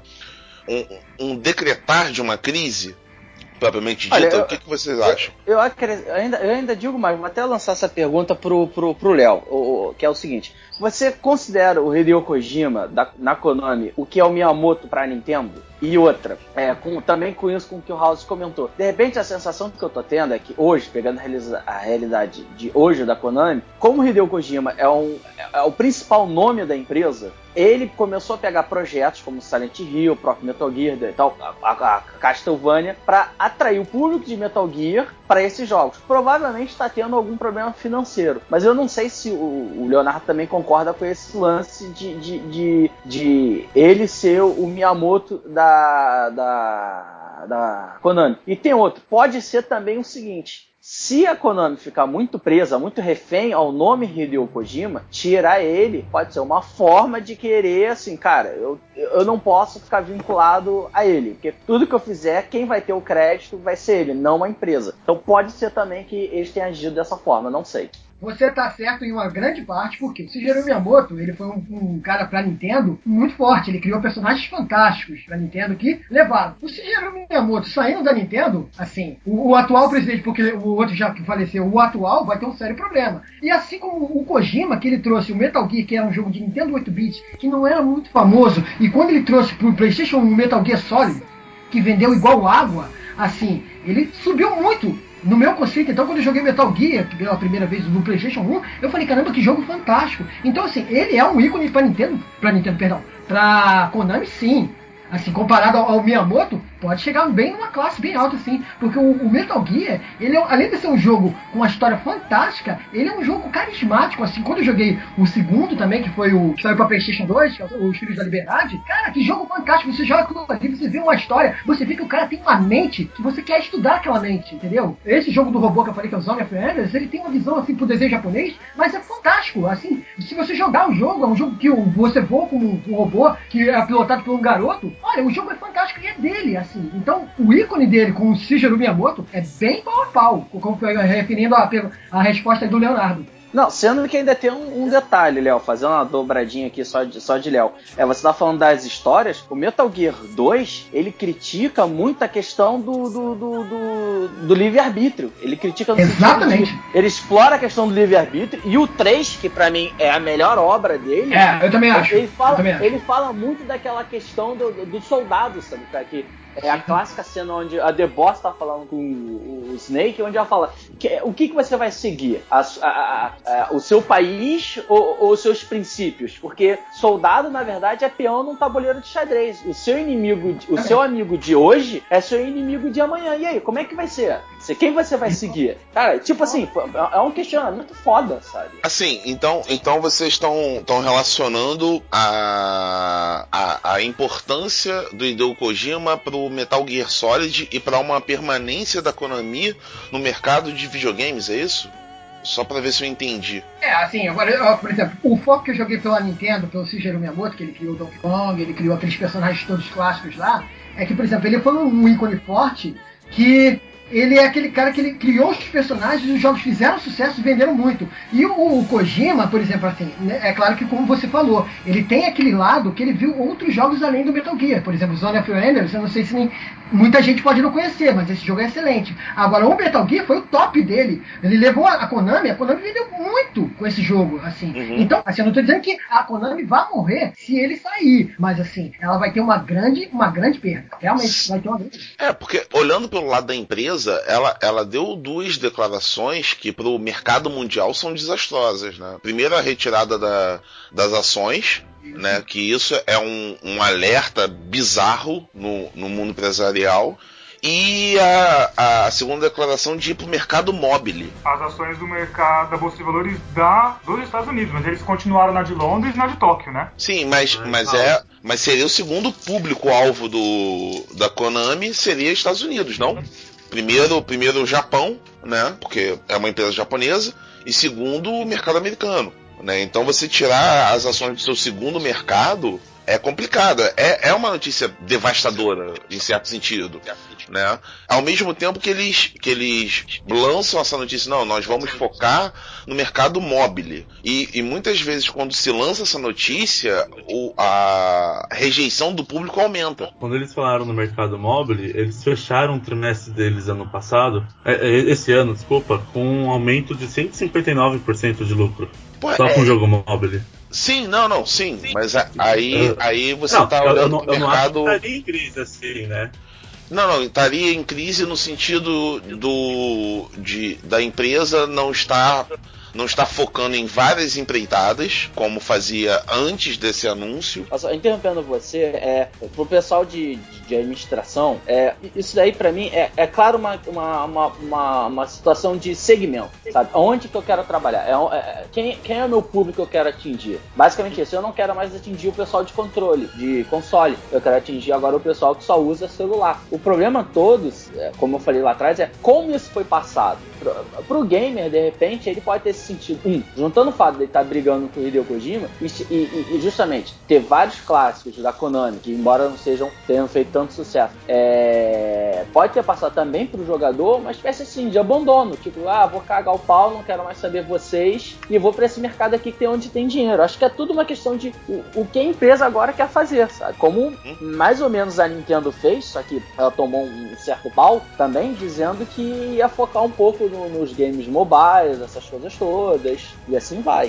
um, um decretar de uma crise? Propriamente dita, Olha, eu, o que, que vocês acham? Eu, eu, eu, ainda, eu ainda digo mais, vou até lançar essa pergunta pro, pro, pro Léo, que é o seguinte: você considera o Hideo Kojima da, na Konami o que é o Miyamoto pra Nintendo? E outra, é, com, também com isso com o que o House comentou. De repente a sensação que eu tô tendo é que hoje, pegando a, a realidade de hoje da Konami, como o Hideo Kojima é, um, é o principal nome da empresa, ele começou a pegar projetos como Silent Hill, o próprio Metal Gear e tal, a, a, a Castlevania, para atrair o público de Metal Gear para esses jogos. Provavelmente está tendo algum problema financeiro, mas eu não sei se o, o Leonardo também concorda com esse lance de, de, de, de ele ser o Miyamoto da, da, da Konami. E tem outro, pode ser também o seguinte: se a Konami ficar muito presa, muito refém ao nome Hideo Kojima, tirar ele pode ser uma forma de querer, assim, cara, eu, eu não posso ficar vinculado a ele, porque tudo que eu fizer, quem vai ter o crédito vai ser ele, não a empresa. Então pode ser também que eles tenham agido dessa forma, não sei. Você tá certo em uma grande parte, porque o Shigeru Miyamoto, ele foi um, um cara pra Nintendo muito forte, ele criou personagens fantásticos pra Nintendo que levaram. O Shigeru Miyamoto saindo da Nintendo, assim, o, o atual presidente, porque o outro já faleceu, o atual vai ter um sério problema. E assim como o Kojima, que ele trouxe o Metal Gear, que era um jogo de Nintendo oito bits, que não era muito famoso, e quando ele trouxe pro PlayStation um o Metal Gear Solid, que vendeu igual água, assim, ele subiu muito no meu conceito. Então, quando eu joguei Metal Gear pela primeira vez no PlayStation um, eu falei, caramba, que jogo fantástico. Então, assim, ele é um ícone pra Nintendo, pra Nintendo, perdão, pra Konami, sim. Assim, comparado ao, ao Miyamoto, pode chegar bem numa classe bem alta, sim. Porque o, o Metal Gear, ele é, além de ser um jogo com uma história fantástica, ele é um jogo carismático, assim. Quando eu joguei o segundo também, que foi o que saiu pra PlayStation dois, que é o Os Filhos da Liberdade, cara, que jogo fantástico. Você joga aquilo ali, você vê uma história, você vê que o cara tem uma mente que você quer estudar aquela mente, entendeu? Esse jogo do robô que eu falei, que é o Zone of Enders, ele tem uma visão, assim, pro desenho japonês, mas é fantástico, assim. Se você jogar o jogo, é um jogo que você voa como um robô, que é pilotado por um garoto, olha, o jogo é fantástico e é dele, assim. Então, o ícone dele com o Shigeru Miyamoto é bem pau a pau, como foi referindo a, a resposta do Leonardo. Não, sendo que ainda tem um, um detalhe, Léo, fazendo uma dobradinha aqui só de, só de Léo. É, você tá falando das histórias, o Metal Gear dois, ele critica muito a questão do, do, do, do, do livre-arbítrio. Ele critica no Exatamente. sentido de, ele explora a questão do livre-arbítrio, e o três, que pra mim é a melhor obra dele... É, eu também acho. Ele fala, também acho. Ele fala muito daquela questão do, do, do soldado, sabe? Que é a clássica cena onde a The Boss tá falando com o, o Snake, onde ela fala, que, o que, que você vai seguir? A, a, a, a, o seu país ou, ou os seus princípios? Porque soldado, na verdade, é peão num tabuleiro de xadrez. O seu inimigo, o seu amigo de hoje é seu inimigo de amanhã. E aí, como é que vai ser? Quem você vai seguir? Cara, tipo assim, é um questionamento foda, sabe? Assim, então, então vocês estão relacionando a, a, a importância do Hideo Kojima pro Metal Gear Solid e para uma permanência da Konami no mercado de videogames, é isso? Só para ver se eu entendi. É, assim, agora, por exemplo, o foco que eu joguei pela Nintendo, pelo Shigeru Miyamoto, que ele criou o Donkey Kong, ele criou aqueles personagens todos clássicos lá, é que, por exemplo, ele foi um ícone forte que ele é aquele cara que ele criou os personagens, os jogos fizeram sucesso e venderam muito. E o, o Kojima, por exemplo, assim, né, é claro que, como você falou, ele tem aquele lado que ele viu outros jogos além do Metal Gear. Por exemplo, Zone of Enders, eu não sei se nem, muita gente pode não conhecer, mas esse jogo é excelente. Agora, o Metal Gear foi o top dele. Ele levou a, a Konami, a Konami vendeu muito com esse jogo, assim. Uhum. Então, assim, eu não tô dizendo que a Konami vai morrer se ele sair, mas, assim, ela vai ter uma grande, uma grande perda. Realmente, vai ter uma grande. É, porque olhando pelo lado da empresa, Ela, ela deu duas declarações que para o mercado mundial são desastrosas, né? Primeiro, a retirada da, das ações, né? Que isso é um, um alerta bizarro no, no mundo empresarial. E a, a segunda declaração de ir para o mercado mobile. As ações do mercado da Bolsa de Valores da, dos Estados Unidos, mas eles continuaram na de Londres e na de Tóquio, né? Sim, mas, mas, é, mas seria o segundo público-alvo do, da Konami, seria Estados Unidos, não? Primeiro, primeiro o Japão, né? Porque é uma empresa japonesa. E segundo, o mercado americano, né? Então você tirar as ações do seu segundo mercado é complicado. É, é uma notícia devastadora, em certo sentido, né? Ao mesmo tempo que eles, que eles lançam essa notícia, não, nós vamos focar no mercado mobile. E, e muitas vezes, quando se lança essa notícia, o, a rejeição do público aumenta. Quando eles falaram no mercado mobile, eles fecharam o trimestre deles ano passado, esse ano, desculpa, com um aumento de cento e cinquenta e nove por cento de lucro. Pô, só é... com o jogo mobile. Sim, não, não, sim. Mas a, aí, uh, aí você não, tá eu, olhando eu não, pro mercado... Eu não acho que estaria em crise assim, né? Não, não, estaria em crise no sentido do, de, da empresa não estar... não está focando em várias empreitadas, como fazia antes desse anúncio. Só interrompendo você, é, pro pessoal de, de, de administração, é, isso daí pra mim é, é claro uma, uma, uma, uma, uma situação de segmento, sabe? Onde que eu quero trabalhar? É, é, quem, quem é o meu público que eu quero atingir? Basicamente isso, eu não quero mais atingir o pessoal de controle, de console, eu quero atingir agora o pessoal que só usa celular. O problema todos, é, como eu falei lá atrás, é como isso foi passado. Pro, pro gamer, de repente, ele pode ter sentido, um, juntando o fato de ele estar brigando com o Hideo Kojima e, e, e justamente ter vários clássicos da Konami, que embora não sejam, tenham feito tanto sucesso, é, pode ter passado também pro jogador uma espécie assim de abandono, tipo, ah, vou cagar o pau, não quero mais saber vocês e vou pra esse mercado aqui que tem onde tem dinheiro. Acho que é tudo uma questão de o, o que a empresa agora quer fazer, sabe? Como mais ou menos a Nintendo fez, só que ela tomou um certo pau também, dizendo que ia focar um pouco no, nos games mobiles, essas coisas todas, e assim vai.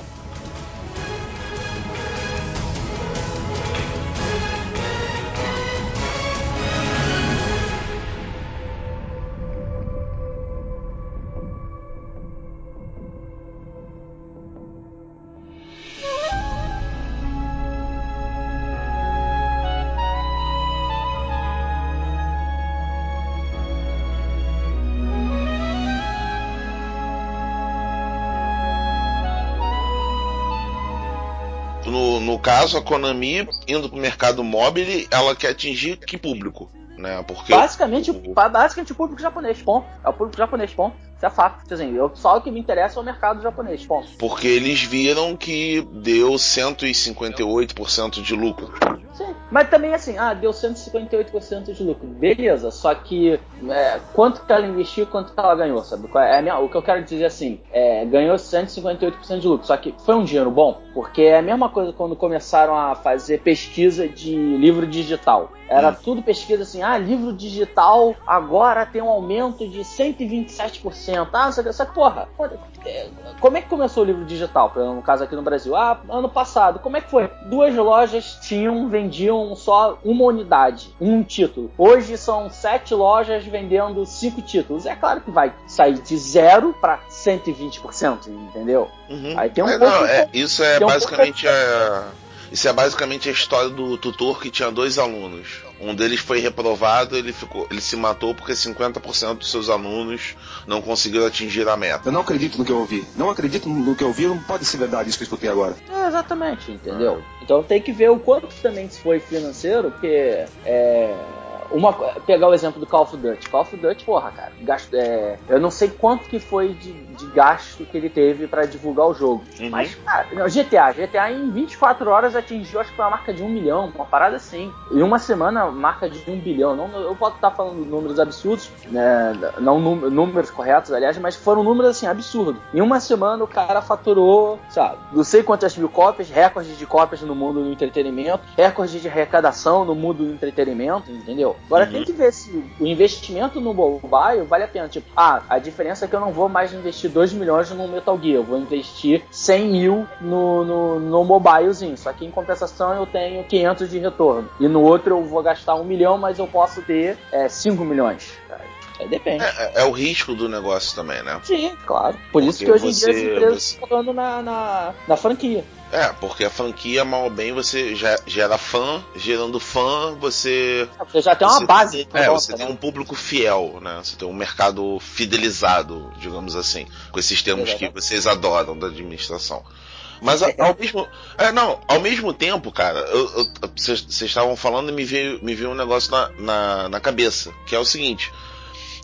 No, no caso, a Konami, indo pro mercado mobile, ela quer atingir que público? Né? Porque basicamente, o, basicamente o público japonês, ponto. É o público japonês, ponto. Isso é fato. Assim, eu, só o que me interessa é o mercado japonês, ponto. Porque eles viram que deu cento e cinquenta e oito por cento de lucro. Sim, mas também assim, ah, deu cento e cinquenta e oito por cento de lucro. Beleza, só que é, quanto que ela investiu, quanto que ela ganhou, sabe? É, minha, o que eu quero dizer assim, é, ganhou cento e cinquenta e oito por cento de lucro, só que foi um dinheiro bom, porque é a mesma coisa quando começaram a fazer pesquisa de livro digital. Era hum. tudo pesquisa assim, ah, livro digital agora tem um aumento de cento e vinte e sete por cento. Ah, só que, só que porra, como é que começou o livro digital? No caso aqui no Brasil, ah, ano passado, como é que foi? Duas lojas tinham, vendiam só uma unidade, um título. Hoje são sete lojas vendendo cinco títulos. É claro que vai sair de zero para cento e vinte por cento, entendeu? Uhum. Aí tem um é, pouco, não, é, isso é um basicamente a... Isso é basicamente a história do tutor que tinha dois alunos. Um deles foi reprovado, ele ficou, ele se matou porque cinquenta por cento dos seus alunos não conseguiram atingir a meta. Eu não acredito no que eu ouvi. Não acredito no que eu ouvi, não pode ser verdade isso que eu escutei agora. É, exatamente, entendeu? Ah. Então tem que ver o quanto também foi financeiro, porque é... Uma, pegar o exemplo do Call of Duty. Call of Duty, porra, cara, gasto, é, eu não sei quanto que foi de, de gasto que ele teve pra divulgar o jogo. Uhum. Mas, cara, não, G T A. G T A em vinte e quatro horas atingiu, acho que foi uma marca de um milhão, uma parada assim. Em uma semana, marca de um bilhão. Não, eu posso estar falando números absurdos, né, não números corretos, aliás, mas foram números, assim, absurdos. Em uma semana, o cara faturou, sabe, não sei quantas mil cópias, recordes de cópias no mundo do entretenimento, recordes de arrecadação no mundo do entretenimento, entendeu? Agora uhum. tem que ver se o investimento no mobile vale a pena. Tipo, ah, a diferença é que eu não vou mais investir dois milhões no Metal Gear, eu vou investir cem mil no, no, no mobilezinho. Só que em compensação eu tenho quinhentos de retorno. E no outro eu vou gastar um milhão, mas eu posso ter é, cinco milhões. Aí depende. É, é o risco do negócio também, né? Sim, claro. Por porque isso que hoje você, em dia as empresas você... estão falando na, na, na franquia. É, porque a franquia, mal ou bem, você já gera fã, gerando fã, você... Você já tem uma você base. Tem, é, volta, você né? tem um público fiel, né? Você tem um mercado fidelizado, digamos assim, com esses termos Exatamente. Que vocês adoram da administração. Mas ao mesmo, é, não, ao mesmo tempo, cara, vocês estavam falando e me veio, me veio um negócio na, na, na cabeça, que é o seguinte...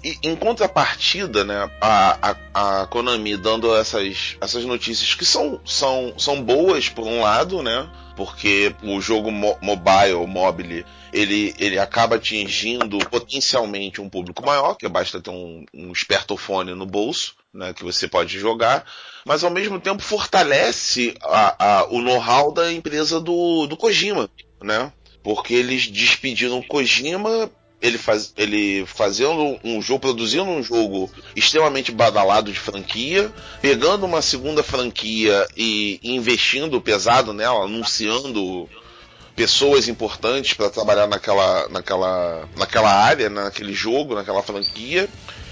E, em contrapartida, né, a, a, a Konami dando essas, essas notícias que são, são, são boas por um lado, né? Porque o jogo mo- mobile, mobile, ele, ele acaba atingindo potencialmente um público maior, que basta ter um, um espertofone no bolso, né, que você pode jogar, mas ao mesmo tempo fortalece a, a, o know-how da empresa do, do Kojima, né? Porque eles despediram o Kojima, ele, faz, ele fazendo um jogo, produzindo um jogo extremamente badalado de franquia, pegando uma segunda franquia e investindo pesado nela, anunciando pessoas importantes para trabalhar naquela, naquela, naquela área, naquele jogo, naquela franquia.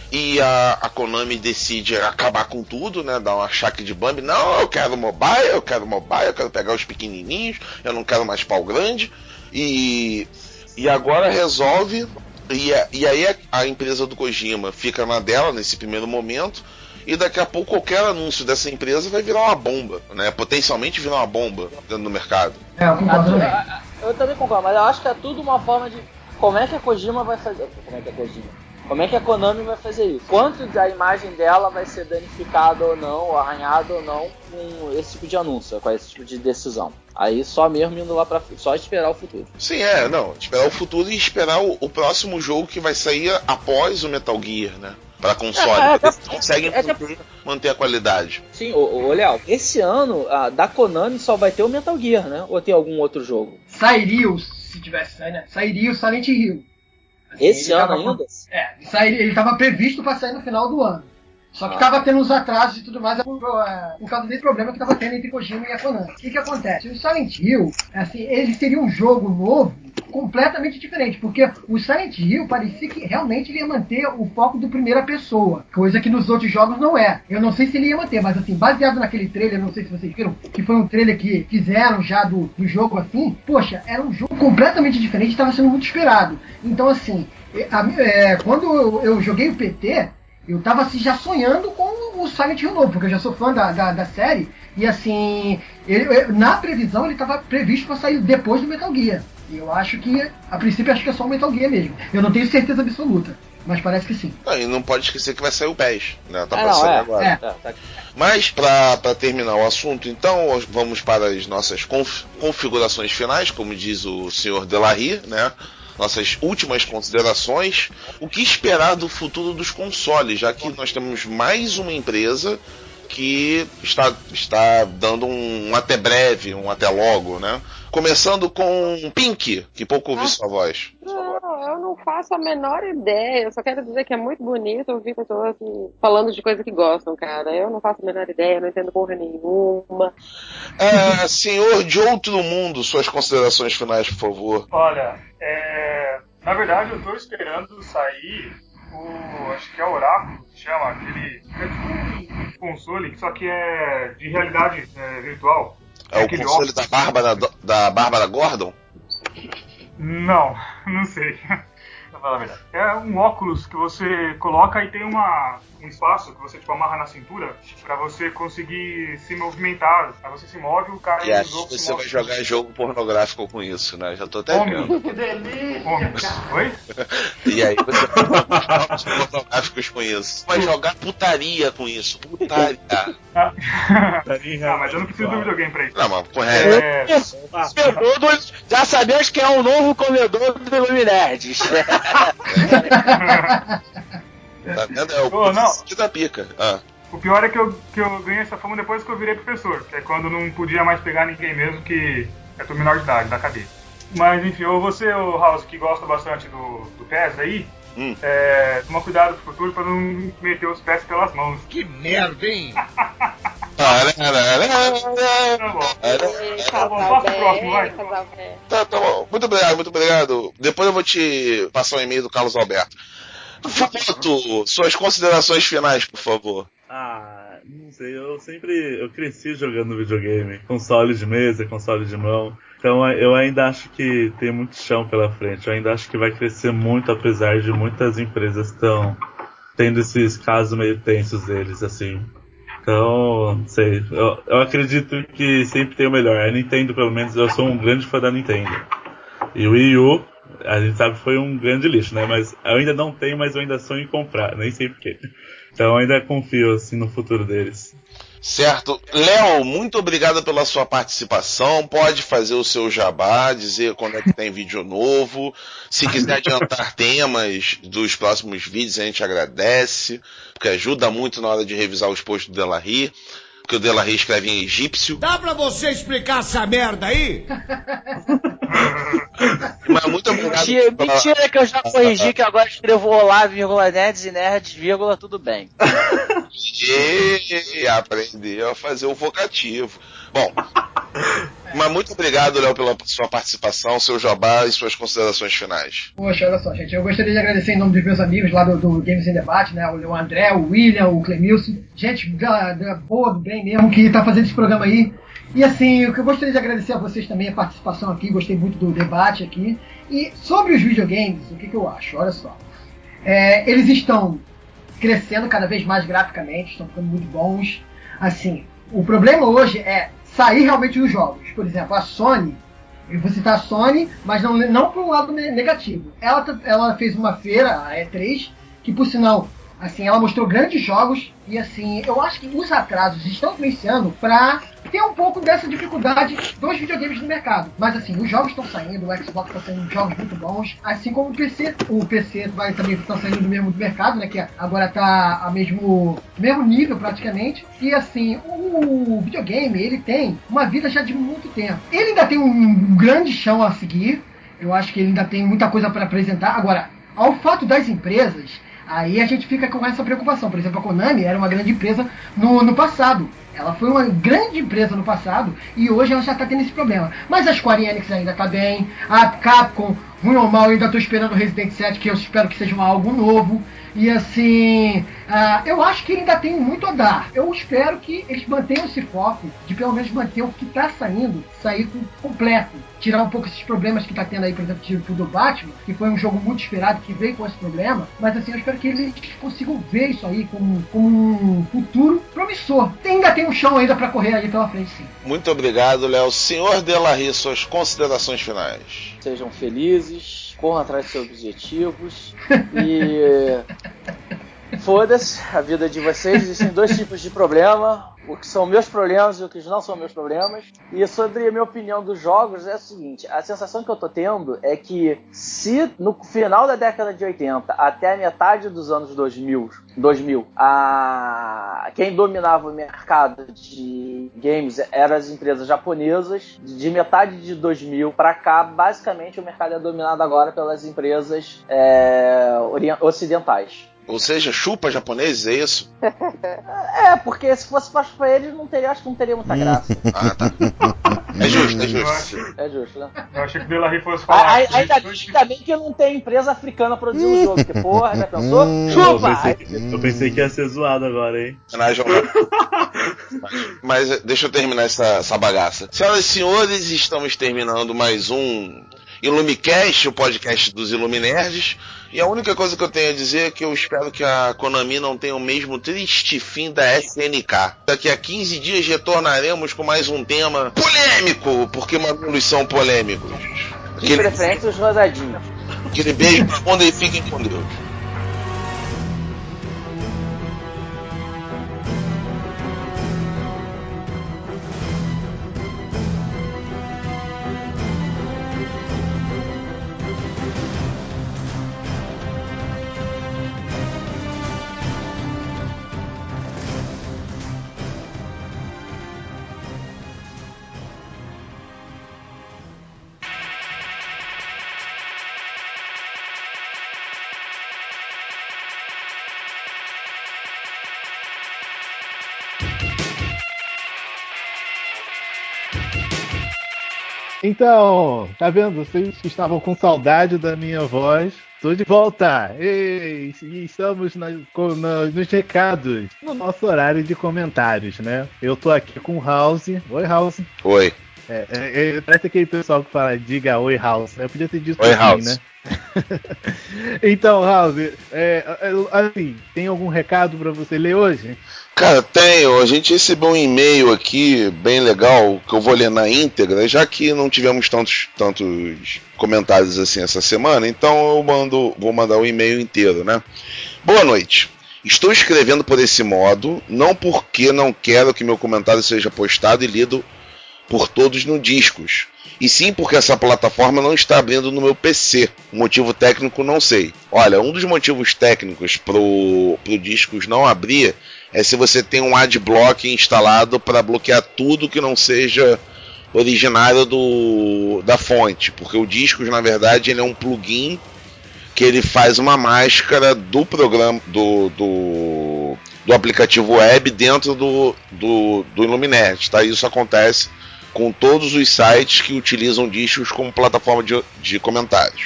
E a, a Konami decide acabar com tudo, né? Dar um achaque de Bambi. Não, eu quero mobile, eu quero mobile, eu quero pegar os pequenininhos, eu não quero mais pau grande. E, e agora resolve, e, e aí a, a empresa do Kojima fica na dela nesse primeiro momento, e daqui a pouco qualquer anúncio dessa empresa vai virar uma bomba, né? Potencialmente virar uma bomba dentro do mercado. É, eu concordo também. Eu também concordo, mas eu acho que é tudo uma forma de como é que a Kojima vai fazer. Como é que a Kojima? Como é que a Konami vai fazer isso? Quanto da imagem dela vai ser danificada ou não, ou arranhada ou não, com esse tipo de anúncio, com esse tipo de decisão? Aí só mesmo indo lá pra frente, só esperar o futuro. Sim, é, não, esperar o futuro e esperar o, o próximo jogo que vai sair após o Metal Gear, né? Pra console, é, é, porque eles conseguem é, manter, manter a qualidade. Sim, ô, ô Léo, esse ano a, da Konami só vai ter o Metal Gear, né? Ou tem algum outro jogo? Sairia, se tivesse, né? Sairia o Silent Hill. Assim, esse ano ainda? É, ele estava previsto para sair no final do ano. Só que estava ah. tendo uns atrasos e tudo mais por, por causa desse problema que estava tendo entre Kojima e a Konami. O que, que acontece? O Silent Hill, assim, ele seria um jogo novo, completamente diferente, porque o Silent Hill parecia que realmente ele ia manter o foco do primeira pessoa, coisa que nos outros jogos não é. Eu não sei se ele ia manter, mas assim, baseado naquele trailer, não sei se vocês viram, que foi um trailer que fizeram já do, do jogo assim, poxa, era um jogo completamente diferente e estava sendo muito esperado. Então assim, é, quando eu, eu joguei o P T, eu tava assim, já sonhando com o Silent Hill novo, porque eu já sou fã da, da, da série, e assim, ele, na previsão ele tava previsto para sair depois do Metal Gear. E eu acho que, a princípio, acho que é só o Metal Gear mesmo. Eu não tenho certeza absoluta, mas parece que sim. Não, e não pode esquecer que vai sair o P E S, né? Tá ah, pra sair é, agora. É. Mas, pra, pra terminar o assunto, então, vamos para as nossas conf, configurações finais, como diz o senhor Delarry, né? Nossas últimas considerações. O que esperar do futuro dos consoles, já que nós temos mais uma empresa que está, está dando um até breve, um até logo, né? Começando com Pink, que pouco ouvi ah, sua voz. Não, eu não faço a menor ideia. Eu só quero dizer que é muito bonito ouvir pessoas falando de coisa que gostam, cara. Eu não faço a menor ideia, não entendo porra nenhuma. É, senhor de outro mundo, suas considerações finais, por favor. Olha, é, na verdade eu tô esperando sair o, acho que é o Oráculo, que chama, aquele, é tipo um console, só que é de realidade é, virtual. É, é o console da Bárbara, da Bárbara Gordon? Não, não sei. Pra falar a verdade. É um óculos que você coloca e tem uma, um espaço que você tipo, amarra na cintura pra você conseguir se movimentar. Aí você se move, o cara... E aí você se vai jogar com... jogo pornográfico com isso, né? Já tô até Homem. vendo. Que delícia! Homem. Oi? E aí você vai jogar jogos pornográficos com isso. Vai jogar putaria com isso. Putaria. Ah, ah mas eu não preciso do videogame pra isso. Não, mas correto. É... Todos já sabemos que é um novo comedor do Iluminerds. Tá vendo? É o oh, não. da pica. Ah. O pior é que eu, que eu ganhei essa fama depois que eu virei professor, que é quando não podia mais pegar ninguém mesmo que é do menor de idade, da cadeia. Mas enfim, ou você, o House, que gosta bastante do, do P E S aí, hum. é, toma cuidado pro futuro pra não meter os pés pelas mãos. Que merda, hein? Tá bom. Tá bom, passa o próximo, vai. Tá, tá bom. Muito obrigado, muito obrigado. Depois eu vou te passar o um e-mail do Carlos Alberto. Fumoto, suas considerações finais, por favor. Ah, não sei, eu sempre eu cresci jogando videogame, console de mesa, console de mão. Então eu ainda acho que tem muito chão pela frente. Eu ainda acho que vai crescer muito, apesar de muitas empresas estão tendo esses casos meio tensos deles, assim. Então, não sei, eu, eu acredito que sempre tem o melhor. A Nintendo, pelo menos, eu sou um grande fã da Nintendo. E o Wii U, a gente sabe que foi um grande lixo, né? Mas eu ainda não tenho, mas eu ainda sonho em comprar, nem sei porquê. Então eu ainda confio, assim, no futuro deles. Certo. Léo, muito obrigado pela sua participação. Pode fazer o seu jabá, dizer quando é que tem vídeo novo. Se quiser adiantar temas dos próximos vídeos, a gente agradece, porque ajuda muito na hora de revisar os posts do Delarry, porque o Delarry escreve em egípcio. Dá pra você explicar essa merda aí? Mas muito obrigado. Mentira, pela... mentira que eu já corrigi, que agora escrevo olá, vírgula, nerds e nerds, vírgula, tudo bem. E aprendeu a fazer o vocativo. Bom, mas muito obrigado, Léo, pela sua participação, seu jabá e suas considerações finais. Poxa, olha só, gente, eu gostaria de agradecer em nome dos meus amigos lá do, do Games em Debate, né, o André, o William, o Clemilson, gente da, da boa, do bem mesmo, que tá fazendo esse programa aí. E assim, eu gostaria de agradecer a vocês também a participação aqui, gostei muito do debate aqui. E sobre os videogames, o que, que eu acho? Olha só, é, eles estão crescendo cada vez mais graficamente, estão ficando muito bons. Assim, o problema hoje é sair realmente dos jogos. Por exemplo, a Sony, eu vou citar a Sony, mas não, não por um lado negativo. Ela, ela fez uma feira, a E três, que por sinal, assim, ela mostrou grandes jogos e assim, eu acho que os atrasos estão influenciando para ter um pouco dessa dificuldade dos videogames no mercado. Mas assim, os jogos estão saindo, o Xbox está saindo jogos muito bons, assim como o P C. O P C vai também estar saindo do mesmo mercado, né, que agora está a mesmo, mesmo nível praticamente. E assim, o videogame, ele tem uma vida já de muito tempo. Ele ainda tem um grande chão a seguir, eu acho que ele ainda tem muita coisa para apresentar. Agora, ao fato das empresas, aí a gente fica com essa preocupação. Por exemplo, a Konami era uma grande empresa no, no passado. Ela foi uma grande empresa no passado e hoje ela já está tendo esse problema. Mas a Square Enix ainda está bem. A Capcom, ruim ou mal, eu ainda estou esperando o Resident sete, que eu espero que seja algo novo. E assim, uh, eu acho que ele ainda tem muito a dar. Eu espero que eles mantenham esse foco de pelo menos manter o que está saindo, sair com, completo. Tirar um pouco esses problemas que está tendo aí, por exemplo, tipo do Batman, que foi um jogo muito esperado, que veio com esse problema. Mas assim, eu espero que eles consigam ver isso aí como, como um futuro promissor. Tem, ainda tem um chão ainda para correr aí pela frente, sim. Muito obrigado, Léo. Senhor Delarry, suas considerações finais. Sejam felizes, corram atrás dos seus objetivos e foda-se a vida de vocês. Existem dois tipos de problema, o que são meus problemas e o que não são meus problemas. E sobre a minha opinião dos jogos é o seguinte, a sensação que eu tô tendo é que se no final da década de oitenta até a metade dos anos dois mil, dois mil a... quem dominava o mercado de games eram as empresas japonesas, de metade de dois mil para cá, basicamente o mercado é dominado agora pelas empresas é, ocidentais. Ou seja, chupa japoneses, é isso? É, porque se fosse para chupar eles, não teria, acho que não teria muita graça. Ah, tá. É justo, é justo. É justo, né? Eu achei que o Delarry fosse falar. A, ainda, ainda bem que não tem empresa africana produzindo o jogo, porque porra, já pensou? Chupa! Eu pensei, eu pensei que ia ser zoado agora, hein? Mas deixa eu terminar essa, essa bagaça. Senhoras e senhores, estamos terminando mais um Ilumicast, o podcast dos Iluminerds. E a única coisa que eu tenho a dizer é que eu espero que a Konami não tenha o mesmo triste fim da S N K. Daqui a quinze dias retornaremos com mais um tema polêmico, porque mamilos são polêmicos. De preferência os rosadinhos. Aquele beijo pra bunda e fiquem com Deus. Então, tá vendo? Vocês que estavam com saudade da minha voz, tô de volta! Ei, e estamos na, com, na, nos recados, no nosso horário de comentários, né? Eu tô aqui com o House. Oi, House. Oi. É, é, é, parece aquele pessoal que fala, diga oi, House. Eu podia ter dito oi, assim, House. Né? Então, House, é, é, assim, tem algum recado pra você ler hoje? Cara, tenho. A gente recebeu um e-mail aqui bem legal que eu vou ler na íntegra, já que não tivemos tantos, tantos comentários assim essa semana, então eu mando, vou mandar o e-mail inteiro, né? Boa noite. Estou escrevendo por esse modo, não porque não quero que meu comentário seja postado e lido por todos no Discos, e sim porque essa plataforma não está abrindo no meu P C. O motivo técnico não sei. Olha, um dos motivos técnicos pro, pro Discos não abrir é se você tem um adblock instalado para bloquear tudo que não seja originário do, da fonte, porque o Discos, na verdade, ele é um plugin que ele faz uma máscara do programa do, do, do aplicativo web dentro do, do, do Illuminerd, tá? Isso acontece com todos os sites que utilizam Discos como plataforma de, de comentários.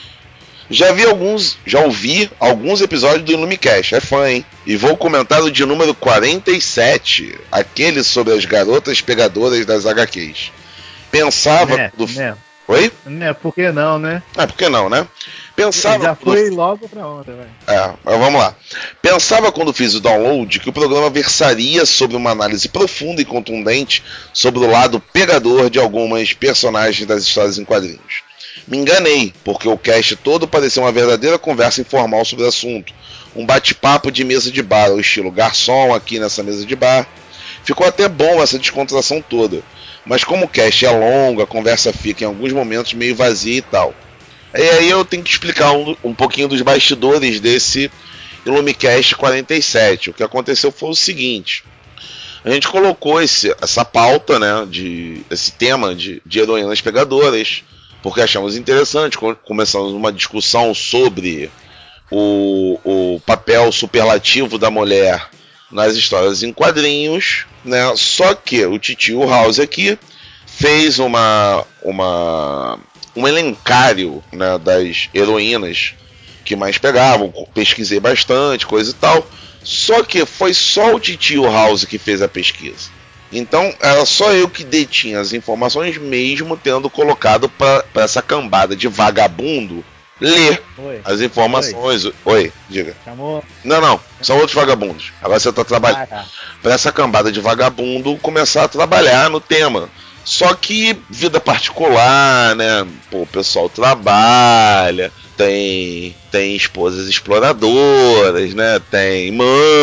Já vi alguns, já ouvi alguns episódios do Illumicast, é fã, hein? E vou comentar o de número quarenta e sete, aquele sobre as garotas pegadoras das agá quês. Pensava... Né, do... né. Oi? Né, por que não, né? É, por que não, né? Pensava... Já foi quando... logo pra ontem, velho. É, mas vamos lá. Pensava quando fiz o download que o programa versaria sobre uma análise profunda e contundente sobre o lado pegador de algumas personagens das histórias em quadrinhos. Me enganei, porque o cast todo parecia uma verdadeira conversa informal sobre o assunto. Um bate-papo de mesa de bar, ao estilo garçom aqui nessa mesa de bar. Ficou até bom essa descontração toda. Mas como o cast é longo, a conversa fica em alguns momentos meio vazia e tal. E aí eu tenho que explicar um, um pouquinho dos bastidores desse Illumicast quarenta e sete. O que aconteceu foi o seguinte. A gente colocou esse, essa pauta, né, de, esse tema de, de heroínas pegadoras, porque achamos interessante. Começamos uma discussão sobre o, o papel superlativo da mulher nas histórias em quadrinhos, né? Só que o titio House aqui fez uma, uma, um elencário, né, das heroínas que mais pegavam. Pesquisei bastante, coisa e tal. Só que foi só o titio House que fez a pesquisa. Então era só eu que detinha as informações, mesmo tendo colocado para essa cambada de vagabundo ler Oi. as informações. Oi. Oi, diga. Chamou? Não, não, são outros vagabundos. Agora você está trabalhando. Ah, tá. Para essa cambada de vagabundo começar a trabalhar no tema. Só que vida particular, né? Pô, o pessoal trabalha, tem, tem esposas exploradoras, né? Tem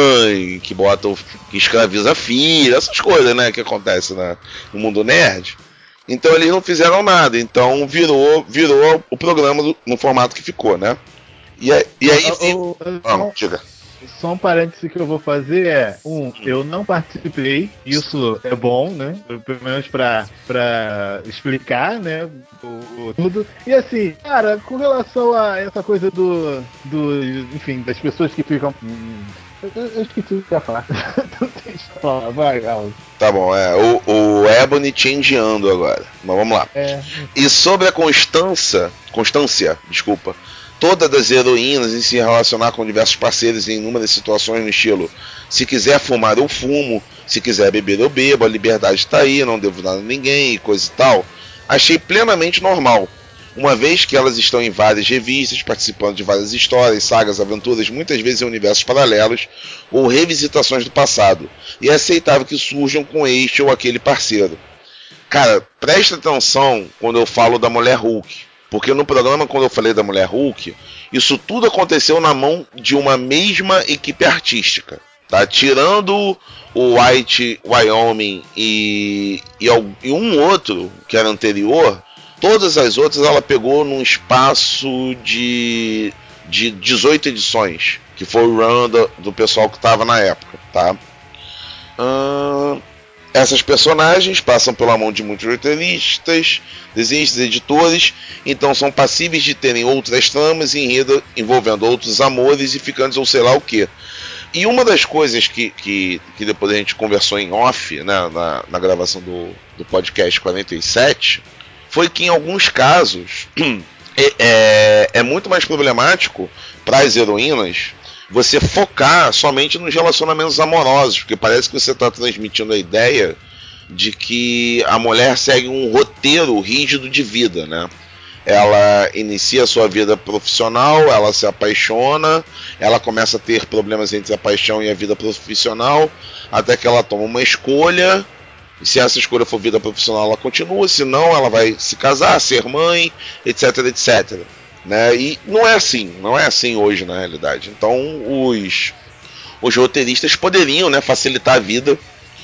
mãe que bota, que escraviza a filha, essas coisas, né? Que acontecem na, no mundo nerd. Então eles não fizeram nada, então virou, virou o programa do, no formato que ficou, né? E, e aí... Oh, oh, oh, Vamos, diga. Só um parêntese que eu vou fazer é, um, eu não participei, isso é bom, né? Pelo menos pra, pra explicar, né? O, o, tudo. E assim, cara, com relação a essa coisa do, do enfim, das pessoas que ficam... Hum, eu, eu esqueci o que ia falar. Deixa eu falar, vai, Raul. Tá bom, é, o, o Ebony changeando agora, mas vamos lá. É. E sobre a constância, constância, desculpa, toda das heroínas em se relacionar com diversos parceiros em inúmeras situações no estilo: se quiser fumar eu fumo, se quiser beber eu bebo, a liberdade está aí, não devo nada a ninguém e coisa e tal. Achei plenamente normal, uma vez que elas estão em várias revistas, participando de várias histórias, sagas, aventuras, muitas vezes em universos paralelos ou revisitações do passado, e é aceitável que surjam com este ou aquele parceiro. Cara, presta atenção quando eu falo da Mulher Hulk. Porque no programa, quando eu falei da Mulher Hulk, isso tudo aconteceu na mão de uma mesma equipe artística, tá? Tirando o White Wyoming e, e, e um outro que era anterior, todas as outras ela pegou num espaço de, de dezoito edições, que foi o run do, do pessoal que estava na época, tá? Hum... Essas personagens passam pela mão de muitos roteiristas, desenhistas, editores, então são passíveis de terem outras tramas e enredo envolvendo outros amores e ficantes ou sei lá o que. E uma das coisas que, que, que depois a gente conversou em off, né, na, na gravação do, do podcast quarenta e sete, foi que em alguns casos é, é, é muito mais problemático para as heroínas você focar somente nos relacionamentos amorosos, porque parece que você está transmitindo a ideia de que a mulher segue um roteiro rígido de vida, né? Ela inicia a sua vida profissional, ela se apaixona, ela começa a ter problemas entre a paixão e a vida profissional, até que ela toma uma escolha, e se essa escolha for vida profissional, ela continua, se não, ela vai se casar, ser mãe, etc, etc. Né? E não é assim, não é assim hoje na realidade. Então os, os roteiristas poderiam, né, facilitar a vida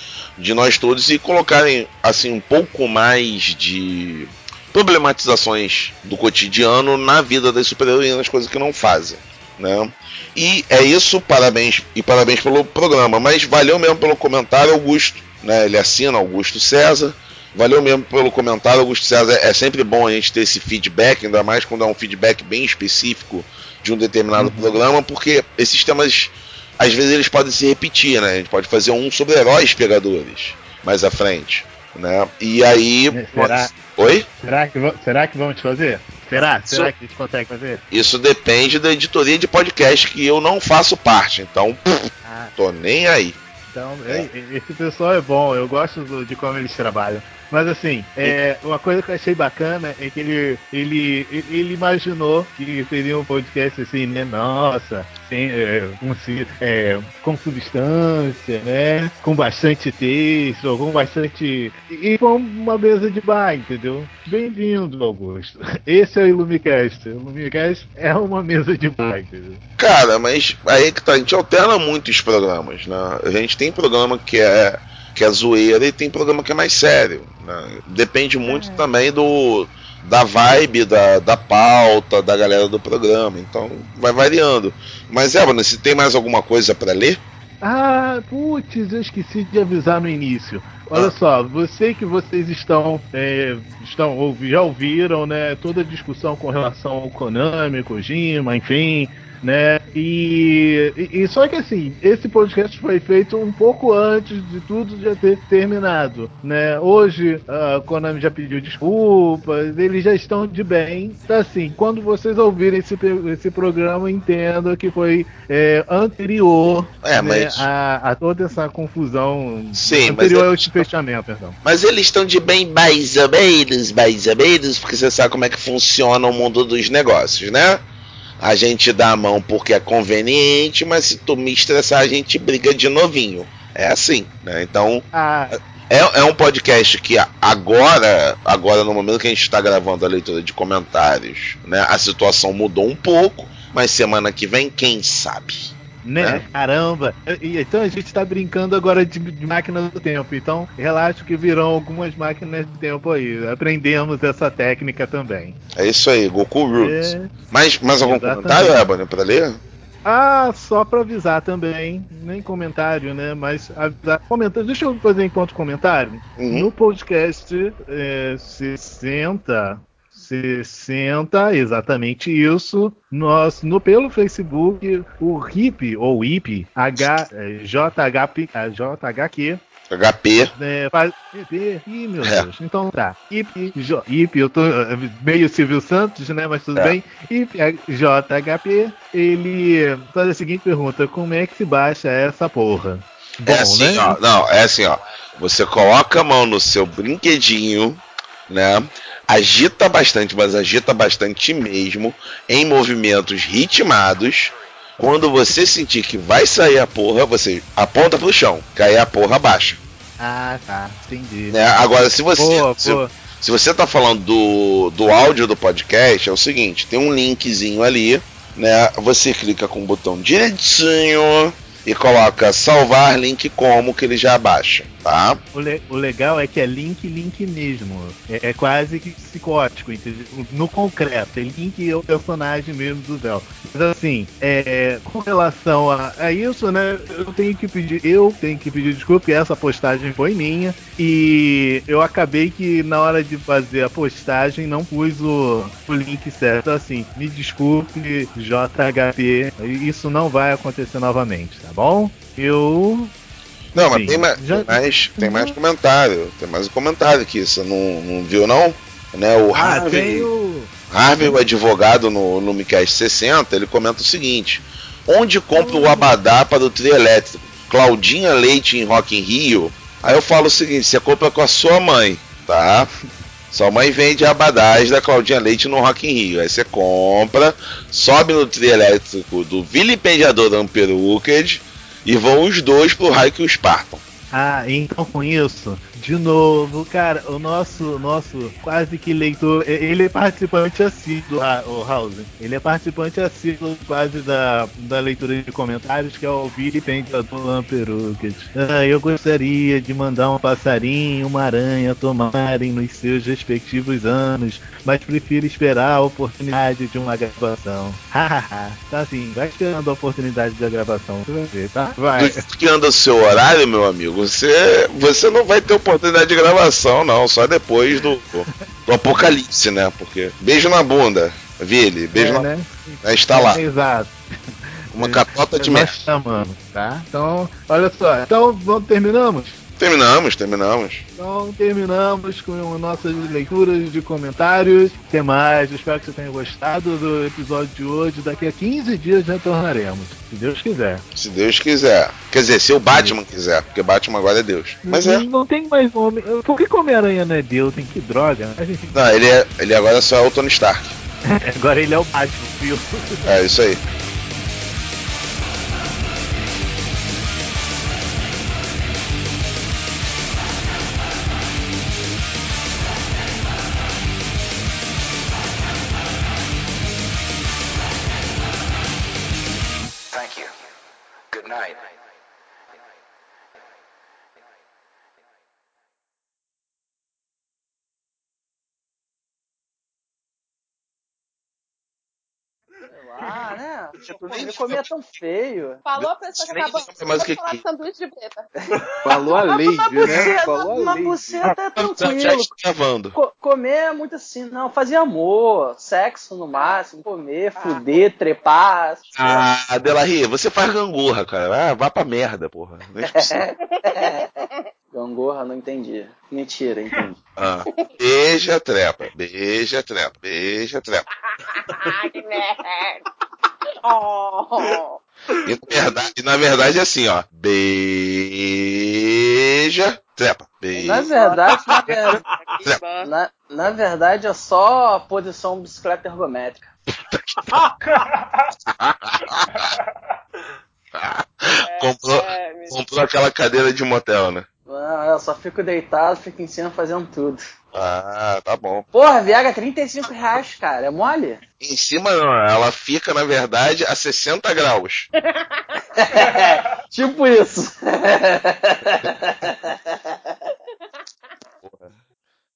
de nós todos e colocarem assim um pouco mais de problematizações do cotidiano na vida das super-heroínas, coisas que não fazem, né? E é isso, parabéns e parabéns pelo programa, mas valeu mesmo pelo comentário, Augusto, né? Ele assina Augusto César. Valeu mesmo pelo comentário, Augusto César. É sempre bom a gente ter esse feedback, ainda mais quando é um feedback bem específico de um determinado uhum. programa, porque esses temas às vezes eles podem se repetir, né? A gente pode fazer um sobre heróis pegadores mais à frente, né? E aí... Será? Oi? Será que, será que vamos fazer? Será? Será isso, que a gente consegue fazer? Isso depende da editoria de podcast, que eu não faço parte, então pff, ah. tô nem aí. Então, é. esse pessoal é bom, eu gosto do, de como eles trabalham. Mas assim, é, uma coisa que eu achei bacana é que ele, ele, ele imaginou que seria um podcast assim, né? Nossa, sem, é, com, é, com substância, né? Com bastante texto, com bastante. E com uma mesa de bar, entendeu? Bem-vindo, Augusto. Esse é o Ilumicast. O Ilumicast é uma mesa de bar, entendeu? Cara, mas aí que tá, a gente alterna muitos programas, né? A gente tem programa que é. que é zoeira e tem programa que é mais sério, né? Depende muito é. também do da vibe, da, da pauta, da galera do programa, então vai variando. Mas Ébano, se tem mais alguma coisa para ler? Ah, putz, eu esqueci de avisar no início. Olha ah. só, você que vocês estão, é, estão já ouviram, né, toda a discussão com relação ao Konami, Kojima, enfim, né, e, e, e só que assim, esse podcast foi feito um pouco antes de tudo já ter terminado, né, hoje a Konami já pediu desculpas, eles já estão de bem, então assim, quando vocês ouvirem esse, esse programa, entenda que foi é, anterior é, né, mas... a, a toda essa confusão. Sim, anterior ao eles... fechamento, perdão. Mas eles estão de bem mais ou menos, mais ou menos, porque você sabe como é que funciona o mundo dos negócios, né? A gente dá a mão porque é conveniente, mas se tu me estressar, a gente briga de novinho. É assim, né? Então, ah. é, é um podcast que agora, agora no momento que a gente está gravando a leitura de comentários, né, a situação mudou um pouco, mas semana que vem, quem sabe? Né? É. Caramba! E, então a gente tá brincando agora de, de máquinas do tempo. Então, relaxa que virão algumas máquinas do tempo aí. Aprendemos essa técnica também. É isso aí, Goku Roots. É. Mais, mais algum Exatamente. comentário, Ébano, pra ler? Ah, só pra avisar também. Nem comentário, né? Mas avisar. Comentário. Deixa eu fazer enquanto comentário. Uhum. No podcast é, sessenta. sessenta, exatamente isso. Nós, no, pelo Facebook, o R I P, ou I P, H, J H P, J H Q. H P. É, faz, Ih, meu é. Deus. Então tá. I P, J, I P, eu tô meio Silvio Santos, né? Mas tudo é. bem. I P, J H P, ele faz a seguinte pergunta: como é que se baixa essa porra? Bom, é assim, né? Ó, não, é assim, ó. Você coloca a mão no seu brinquedinho, né? Agita bastante, mas agita bastante mesmo, em movimentos ritmados. Quando você sentir que vai sair a porra, você aponta pro chão, que aí a porra baixa. Ah, tá, entendi. Né? Agora, se você boa, se, boa. se você tá falando do, do áudio do podcast, é o seguinte, tem um linkzinho ali, né? Você clica com o botão direitinho e coloca salvar link como, que ele já abaixa, tá? O, le- o legal é que é link, link mesmo. É, é quase que psicótico, entendeu? No concreto, é link é o personagem mesmo do Zel. Mas assim, é, com relação a, a isso, né, eu tenho que pedir, eu tenho que pedir desculpa, porque essa postagem foi minha, e eu acabei que na hora de fazer a postagem não pus o, o link certo. Assim, me desculpe, J H P, isso não vai acontecer novamente, tá bom? Eu... Não, Sim, mas tem mais, já... tem mais, tem mais comentário. Tem mais um comentário aqui. Você não, não viu, não? Né, o ah, Harvey, tem o... Harvey, o advogado no, no Micast sessenta, ele comenta o seguinte: onde compra o abadá para o trio elétrico? Claudinha Leite em Rock in Rio? Aí eu falo o seguinte, você compra com a sua mãe, tá? Sua mãe vende abadás da Claudinha Leite no Rock in Rio. Aí você compra, sobe no trio elétrico do vilipendiador Amperuced e vão os dois pro raio que os partam. Ah, então com isso, de novo, cara, o nosso, nosso quase que leitor, ele é participante assíduo, o House, ele é participante assíduo quase da, da leitura de comentários, que é o vilipendiador Amperuced. Ah, eu gostaria de mandar um passarinho, uma aranha tomarem nos seus respectivos anos, mas prefiro esperar a oportunidade de uma gravação. Hahaha, tá assim, vai esperando a oportunidade da gravação, você vai ver, tá? Vai. Do que anda o seu horário, meu amigo, você, você não vai ter oportunidade de gravação, não, só depois do, do, do apocalipse, né? Porque beijo na bunda, Vili, beijo é, na né? bunda. Está lá. É, exato. Uma capota de Nós merda. chamamos, tá? Então, olha só. Então, vamos, terminamos? Terminamos, terminamos. Então, terminamos com nossas leituras de comentários. Até mais. Espero que você tenha gostado do episódio de hoje. Daqui a quinze dias retornaremos, se Deus quiser. Se Deus quiser. Quer dizer, se o Batman quiser, porque Batman agora é Deus. Mas não, é. Não tem mais homem. Por que Homem-Aranha não é Deus? Tem que droga. Não, ele, é, ele agora só é o Tony Stark. Agora ele é o Batman, viu? É, isso aí. Thank you. Good night. Ah, né? Pô, comer é tão feio. Falou a pessoa que acabou de falar de sanduíche de preta. Falou a lei, uma né? buceta, Falou a uma lei. buceta é tranquilo. Já está gravando. Co- comer é muito assim, não. Fazer amor, sexo no máximo, comer, fuder, trepar. Ah, Delarry, você faz gangorra, cara. Ah, vá pra merda, porra. Não é possível. Gangorra, não entendi. Mentira, entendi. Ah, beija, trepa. Beija, trepa. Beija, trepa. Que merda. Oh. E na verdade, na verdade é assim, ó. Beija, trepa. Beija. Na verdade, na, ver... na, na verdade é só a posição bicicleta ergométrica. comprou, comprou aquela cadeira de motel, né? Não, eu só fico deitado, fico em cima fazendo tudo. Ah, tá bom. Porra, Viagra trinta e cinco reais, cara. É mole? Em cima não, ela fica, na verdade, a sessenta graus. Tipo isso.